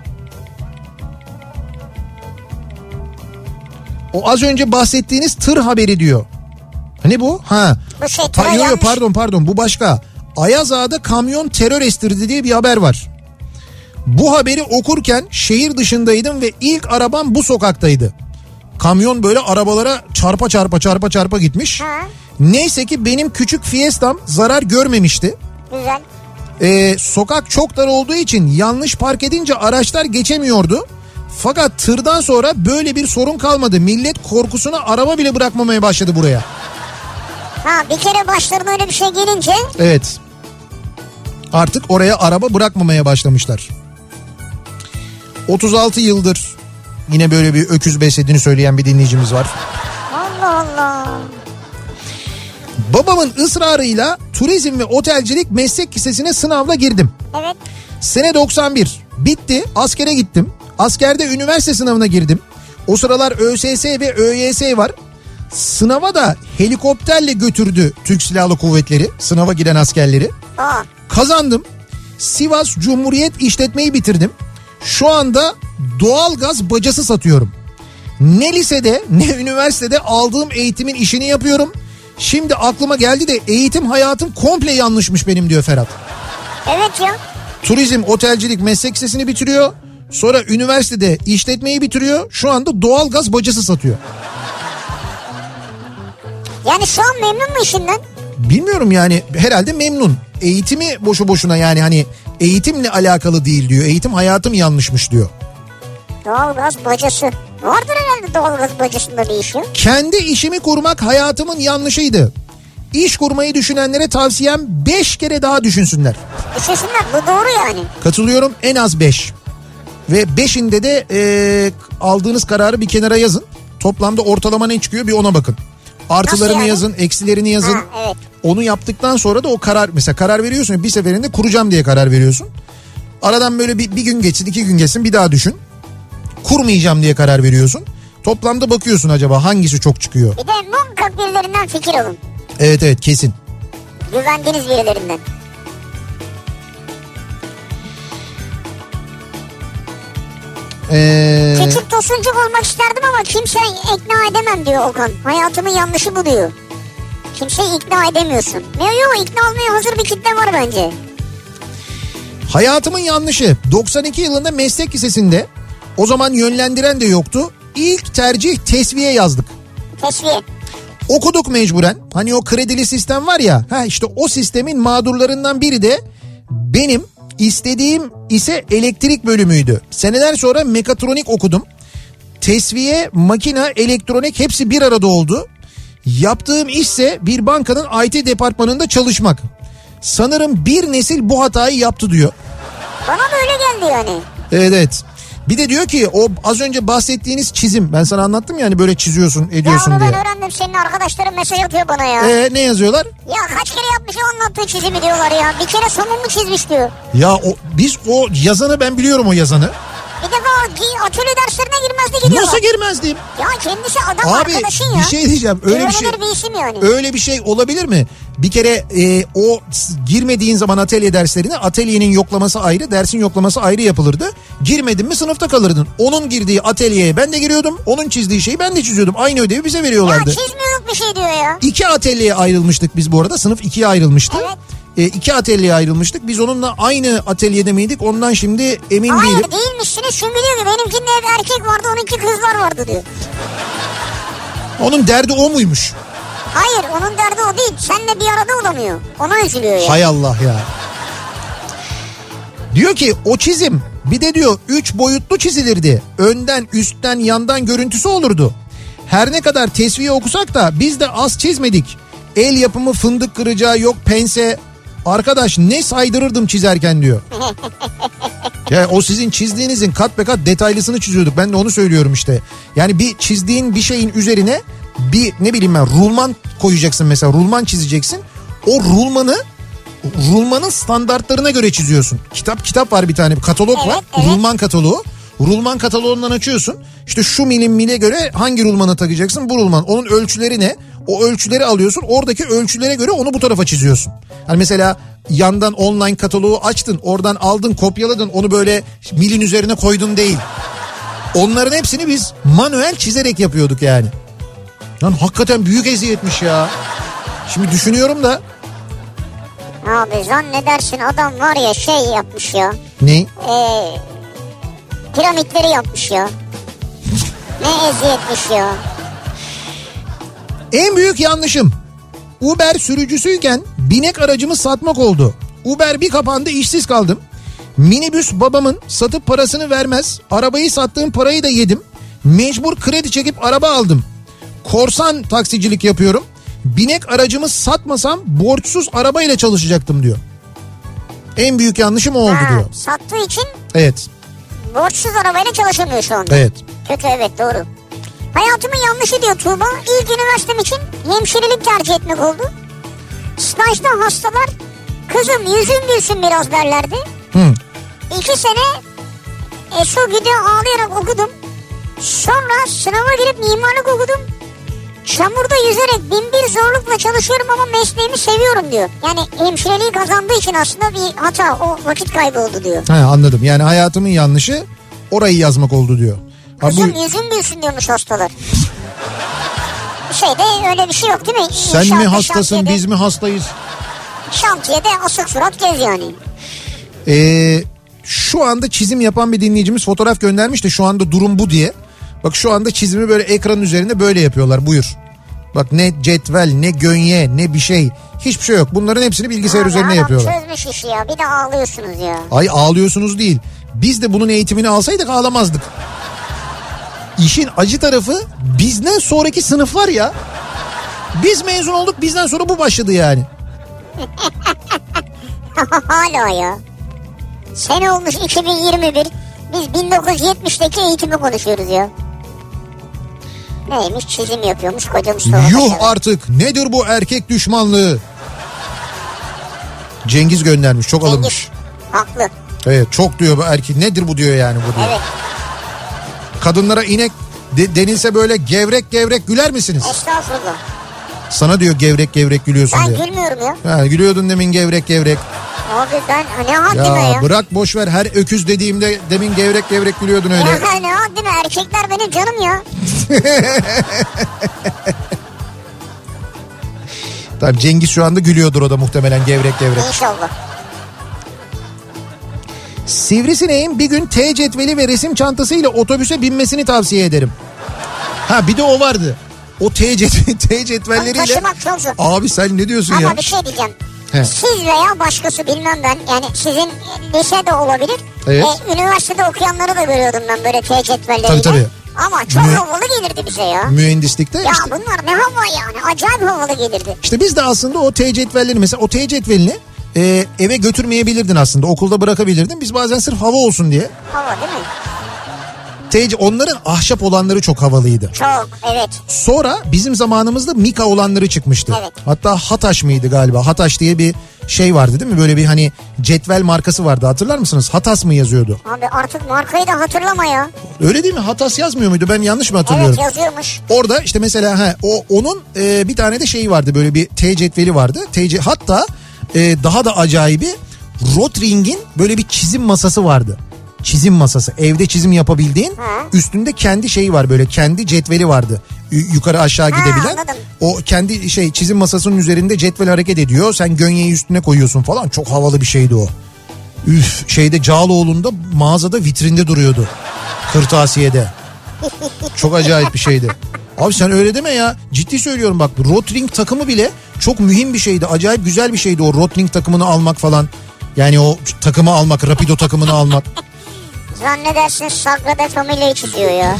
O az önce bahsettiğiniz tır haberi diyor. Hani bu? Pardon bu başka. Ayaz Ağa'da kamyon terör estirdi diye bir haber var. Bu haberi okurken şehir dışındaydım ve ilk arabam bu sokaktaydı. Kamyon böyle arabalara çarpa gitmiş. Neyse ki benim küçük Fiesta'm zarar görmemişti. Güzel. Sokak çok dar olduğu için yanlış park edince araçlar geçemiyordu. Fakat tırdan sonra böyle bir sorun kalmadı. Millet korkusuna araba bile bırakmamaya başladı buraya. Bir kere başlarına öyle bir şey gelince. Evet. Artık oraya araba bırakmamaya başlamışlar. 36 yıldır yine böyle bir öküz beslediğini söyleyen bir dinleyicimiz var. Allah Allah. Babamın ısrarıyla turizm ve otelcilik meslek lisesine sınavla girdim. Evet. Sene 91 bitti, askere gittim. Askerde üniversite sınavına girdim. O sıralar ÖSS ve ÖYS var. Sınava da helikopterle götürdü Türk Silahlı Kuvvetleri sınava giren askerleri. Kazandım. Sivas Cumhuriyet işletmeyi bitirdim. Şu anda doğalgaz bacası satıyorum. Ne lisede ne üniversitede aldığım eğitimin işini yapıyorum. Şimdi aklıma geldi de eğitim hayatım komple yanlışmış benim diyor Ferhat. Evet ya. Turizm, otelcilik meslek lisesini bitiriyor. Sonra üniversitede işletmeyi bitiriyor. Şu anda doğalgaz bacası satıyor. Yani şu an memnun mu işinden? Bilmiyorum yani, herhalde memnun. Eğitimi boşu boşuna, yani hani eğitimle alakalı değil diyor. Eğitim hayatım yanlışmış diyor. Doğalgaz bacası. Vardır herhalde doğalgaz bacasında bir iş ya. Kendi işimi kurmak hayatımın yanlışıydı. İş kurmayı düşünenlere tavsiyem 5 kere daha düşünsünler. Düşünsünler, bu doğru yani. Katılıyorum, en az 5. Ve 5'inde de aldığınız kararı bir kenara yazın. Toplamda ortalama ne çıkıyor bir ona bakın. Artılarını yani yazın, eksilerini yazın. Evet. Onu yaptıktan sonra da o mesela karar veriyorsun. Bir seferinde kuracağım diye karar veriyorsun. Aradan böyle bir gün geçsin, 2 gün geçsin, bir daha düşün. Kurmayacağım diye karar veriyorsun. Toplamda bakıyorsun acaba hangisi çok çıkıyor. Bir de muhakkak birilerinden fikir alın. Evet kesin. Güvendiğiniz birilerinden. Küçük tosuncuk olmak isterdim ama kimseyi ikna edemem diyor Okan. Hayatımın yanlışı bu diyor. Kimseyi ikna edemiyorsun. Yok, ikna olmaya hazır bir kitle var bence. Hayatımın yanlışı 92 yılında meslek lisesinde O zaman yönlendiren de yoktu. İlk tercih tesviye yazdık. Tesviye. Okuduk mecburen. Hani o kredili sistem var ya. İşte o sistemin mağdurlarından biri de benim istediğim ise elektrik bölümüydü. Seneler sonra mekatronik okudum. Tesviye, makine, elektronik hepsi bir arada oldu. Yaptığım işse bir bankanın IT departmanında çalışmak. Sanırım bir nesil bu hatayı yaptı diyor. Bana da öyle geldi yani. Evet. Bir de diyor ki o az önce bahsettiğiniz çizim. Ben sana anlattım ya hani böyle çiziyorsun ediyorsun diye. Ya onu ben öğrendim, senin arkadaşların mesaj atıyor bana ya. Ne yazıyorlar? Ya kaç kere yapmış o anlattığı çizimi diyorlar ya. Bir kere somon mu çizmiş diyor. Ya biz o yazanı ben biliyorum o yazanı. Bir defa atölye derslerine girmezdi gidiyorlar. Nasıl girmezdim? Ya kendisi adam abi, arkadaşın ya. Bir şey diyeceğim. Öyle bir isim yani. Öyle bir şey olabilir mi? Bir kere o girmediğin zaman atölye derslerine atölyenin yoklaması ayrı, dersin yoklaması ayrı yapılırdı. Girmedin mi sınıfta kalırdın. Onun girdiği atölyeye ben de giriyordum. Onun çizdiği şeyi ben de çiziyordum. Aynı ödevi bize veriyorlardı. Ya çizmiyoruz bir şey diyor ya. 2 atölyeye ayrılmıştık biz bu arada. Sınıf 2'ye ayrılmıştı. Evet. 2 atölyeye ayrılmıştık. Biz onunla aynı atölyede miydik? Ondan şimdi emin değilim. Hayır değilmişsiniz. Çünkü diyor ki benimkinde hep erkek vardı, onunki kızlar vardı diyor. Onun derdi o muymuş? Hayır, onun derdi o değil. Seninle bir arada olamıyor. Ona üzülüyor ya. Hay Allah ya. Diyor ki o çizim bir de diyor 3 boyutlu çizilirdi. Önden, üstten, yandan görüntüsü olurdu. Her ne kadar tesviye okusak da biz de az çizmedik. El yapımı fındık kıracağı yok, pense. Arkadaş ne saydırırdım çizerken diyor. Ya o sizin çizdiğinizin kat be kat detaylısını çiziyorduk. Ben de onu söylüyorum işte. Yani bir çizdiğin bir şeyin üzerine bir ne bileyim ben rulman koyacaksın mesela. Rulman çizeceksin. O rulmanın standartlarına göre çiziyorsun. Kitap var bir tane, bir katalog var. Evet. Rulman kataloğu. Rulman kataloğundan açıyorsun. İşte şu mile göre hangi rulmanı takacaksın, bu rulman. Onun ölçüleri ne? O ölçüleri alıyorsun. Oradaki ölçülere göre onu bu tarafa çiziyorsun. Hani mesela yandan online kataloğu açtın. Oradan aldın, kopyaladın. Onu böyle milin üzerine koydun değil. Onların hepsini biz manuel çizerek yapıyorduk yani. Lan hakikaten büyük eziyetmiş ya. Şimdi düşünüyorum da. Abi zannedersin adam var ya şey yapmış ya. Ne? Piramitleri yapmış ya. Ne eziyetmiş ya. En büyük yanlışım Uber sürücüsüyken binek aracımı satmak oldu. Uber bir kapandı, işsiz kaldım. Minibüs babamın, satıp parasını vermez. Arabayı sattığım parayı da yedim. Mecbur kredi çekip araba aldım. Korsan taksicilik yapıyorum. Binek aracımı satmasam borçsuz arabayla çalışacaktım diyor. En büyük yanlışım o oldu diyor. Sattığı için evet. Borçsuz arabayla çalışamıyor şu anda. Evet. Kötü, evet, doğru. Hayatımın yanlışı diyor Tuğba. İlk üniversitem için hemşirelik tercih etmek oldu. Stajda hastalar kızım yüzün gülsün biraz derlerdi. 2 sene su gidiyor ağlayarak okudum. Sonra sınava girip mimarlık okudum. Çamurda yüzerek binbir zorlukla çalışıyorum ama mesleğimi seviyorum diyor. Yani hemşireliği kazandığı için aslında bir hata, o vakit kaybı oldu diyor. Anladım, yani hayatımın yanlışı orayı yazmak oldu diyor. Kızım yüzün gülsün diyormuş hastalar. Şeyde öyle bir şey yok değil mi? Sen mi hastasın, biz mi hastayız? Şantiyede asık surat gez yani. Şu anda çizim yapan bir dinleyicimiz fotoğraf göndermiş de şu anda durum bu diye. Bak şu anda çizimi böyle ekranın üzerinde böyle yapıyorlar, buyur. Bak ne cetvel, ne gönye, ne bir şey. Hiçbir şey yok. Bunların hepsini bilgisayar üzerine yapıyorlar. Çözmüş işi ya, bir de ağlıyorsunuz ya. Ay ağlıyorsunuz değil. Biz de bunun eğitimini alsaydık ağlamazdık. İşin acı tarafı bizden sonraki sınıf var ya. Biz mezun olduk, bizden sonra bu başladı yani. Hala ya. Sene olmuş 2021. Biz 1970'teki eğitimi konuşuyoruz ya. Neymiş, çizim yapıyormuş koca Mustafa. Yuh artık, nedir bu erkek düşmanlığı? Cengiz göndermiş, çok alınmış. Haklı. Evet, çok diyor bu erkek, nedir bu diyor yani bu diyor. Evet. Kadınlara inek denilse böyle gevrek gevrek güler misiniz? Estağfurullah. Sana diyor gevrek gevrek gülüyorsun ben diye. Ben gülmüyorum ya. Gülüyordun demin gevrek gevrek. Abi ben ne haddime ya. Bırak boş ver, her öküz dediğimde demin gevrek gevrek gülüyordun öyle. Ya ne haddime, erkekler benim canım ya. Tamam, Cengiz şu anda gülüyordur o da muhtemelen gevrek gevrek. İnşallah. Sivrisineğin bir gün T cetveli ve resim çantasıyla otobüse binmesini tavsiye ederim. Ha bir de o vardı. O T cetvelleriyle. Taşımak çok zor. Abi sen ne diyorsun ama ya? Ama bir şey diyeceğim. He. Siz veya başkası bilmem ben. Yani sizin lise de olabilir. Evet. Üniversitede okuyanları da görüyordum ben böyle T cetvelleriyle. Tabii. Ama çok havalı gelirdi bize ya. Mühendislikte ya işte. Bunlar ne hava yani. Acayip havalı gelirdi. İşte biz de aslında o T cetvellerini mesela o T cetvelini eve götürmeyebilirdin aslında. Okulda bırakabilirdin. Biz bazen sırf hava olsun diye. Hava değil mi? Onların ahşap olanları çok havalıydı. Çok evet. Sonra bizim zamanımızda Mika olanları çıkmıştı. Evet. Hatta Hataş mıydı galiba? Hataş diye bir şey vardı değil mi? Böyle bir hani cetvel markası vardı, hatırlar mısınız? Hatas mı yazıyordu? Abi artık markayı da hatırlama ya. Öyle değil mi? Hatas yazmıyor muydu? Ben yanlış mı hatırlıyorum? Evet yazıyormuş. Orada işte mesela onun bir tane de şeyi vardı, böyle bir T cetveli vardı. Hatta daha da acayibi Rotring'in böyle bir çizim masası vardı. Çizim masası, evde çizim yapabildiğin, üstünde kendi şeyi var, böyle kendi cetveli vardı. Yukarı aşağı gidebilen. Anladım. O kendi çizim masasının üzerinde cetvel hareket ediyor. Sen gönyeyi üstüne koyuyorsun falan. Çok havalı bir şeydi o. Cağaloğlu'nda mağazada vitrinde duruyordu. Kırtasiye'de. Çok acayip bir şeydi. Abi sen öyle deme ya. Ciddi söylüyorum bak, Rotring takımı bile çok mühim bir şeydi. Acayip güzel bir şeydi o Rotring takımını almak falan. Yani o takımı almak, Rapido takımını almak. Zannedersin Sagrada Familia'yı çiziyor ya.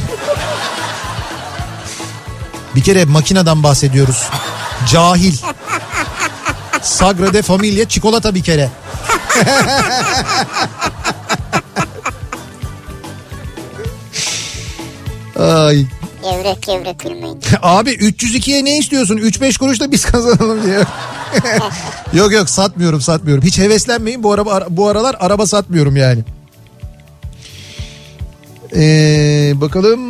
Bir kere makineden bahsediyoruz. Cahil. Sagrada Familia çikolata bir kere. Ay. Gevrek gülmeyin. Abi 302'ye ne istiyorsun? 3-5 kuruş da biz kazanalım diyor. Yok satmıyorum. Hiç heveslenmeyin, bu aralar araba satmıyorum yani. Bakalım.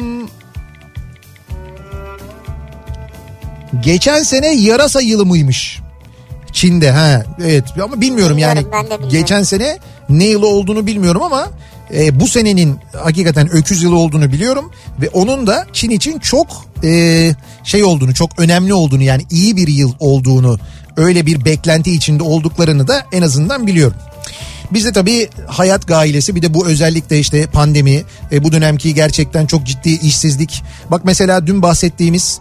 Geçen sene yarasa yılı mıymış? Çin'de evet ama bilmiyorum yani. Geçen sene ne yılı olduğunu bilmiyorum ama bu senenin hakikaten öküz yılı olduğunu biliyorum ve onun da Çin için çok olduğunu, çok önemli olduğunu, yani iyi bir yıl olduğunu, öyle bir beklenti içinde olduklarını da en azından biliyorum. Biz de tabii hayat gailesi, bir de bu özellikle işte pandemi, bu dönemki gerçekten çok ciddi işsizlik. Bak mesela dün bahsettiğimiz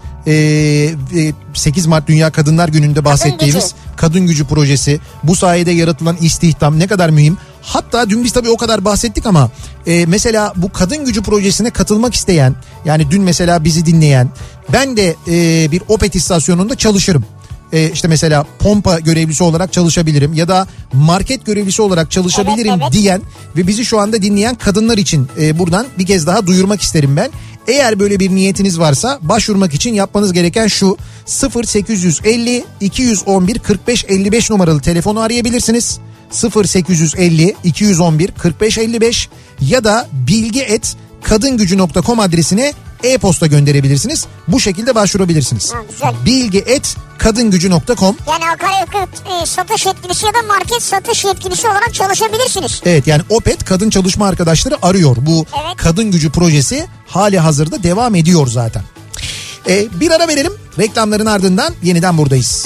8 Mart Dünya Kadınlar Günü'nde bahsettiğimiz Kadın Gücü projesi, bu sayede yaratılan istihdam ne kadar mühim. Hatta dün biz tabii o kadar bahsettik ama mesela bu Kadın Gücü projesine katılmak isteyen, yani dün mesela bizi dinleyen, ben de bir Opet istasyonunda çalışırım. İşte mesela pompa görevlisi olarak çalışabilirim ya da market görevlisi olarak çalışabilirim diyen ve bizi şu anda dinleyen kadınlar için buradan bir kez daha duyurmak isterim ben. Eğer böyle bir niyetiniz varsa başvurmak için yapmanız gereken şu: 0850 211 45 55 numaralı telefonu arayabilirsiniz. 0850 211 45 55 ya da bilgi@kadingücü.com adresine e-posta gönderebilirsiniz. Bu şekilde başvurabilirsiniz. bilgi@kadingücü.com. Yani akaryakıt satış yetkilisi ya da market satış yetkilisi olarak çalışabilirsiniz. Evet, yani Opet kadın çalışma arkadaşları arıyor. Bu Kadın Gücü projesi hali hazırda devam ediyor zaten. Bir ara verelim. Reklamların ardından yeniden buradayız.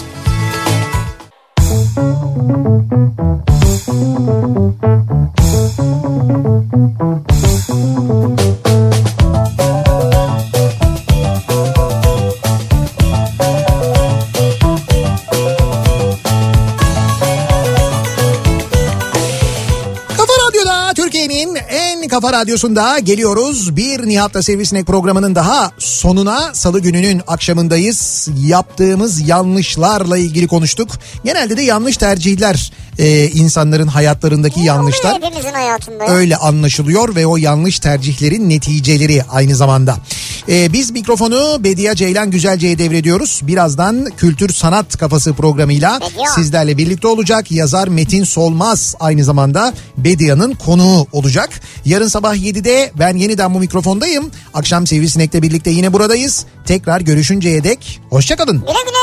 Kafa Radyosu'nda geliyoruz. Bir Nihat'la Sivrisinek programının daha sonuna, salı gününün akşamındayız. Yaptığımız yanlışlarla ilgili konuştuk. Genelde de yanlış tercihler, insanların hayatlarındaki yanlışlar öyle anlaşılıyor ve o yanlış tercihlerin neticeleri aynı zamanda. Biz mikrofonu Bediye Ceylan Güzelce'ye devrediyoruz. Birazdan Kültür Sanat Kafası programıyla sizlerle birlikte olacak. Yazar Metin Solmaz aynı zamanda Bediye'nin konuğu olacak. Yarın sabah 7'de ben yeniden bu mikrofondayım. Akşam Sivrisinek'le birlikte yine buradayız. Tekrar görüşünceye dek hoşça kalın. Güle güle.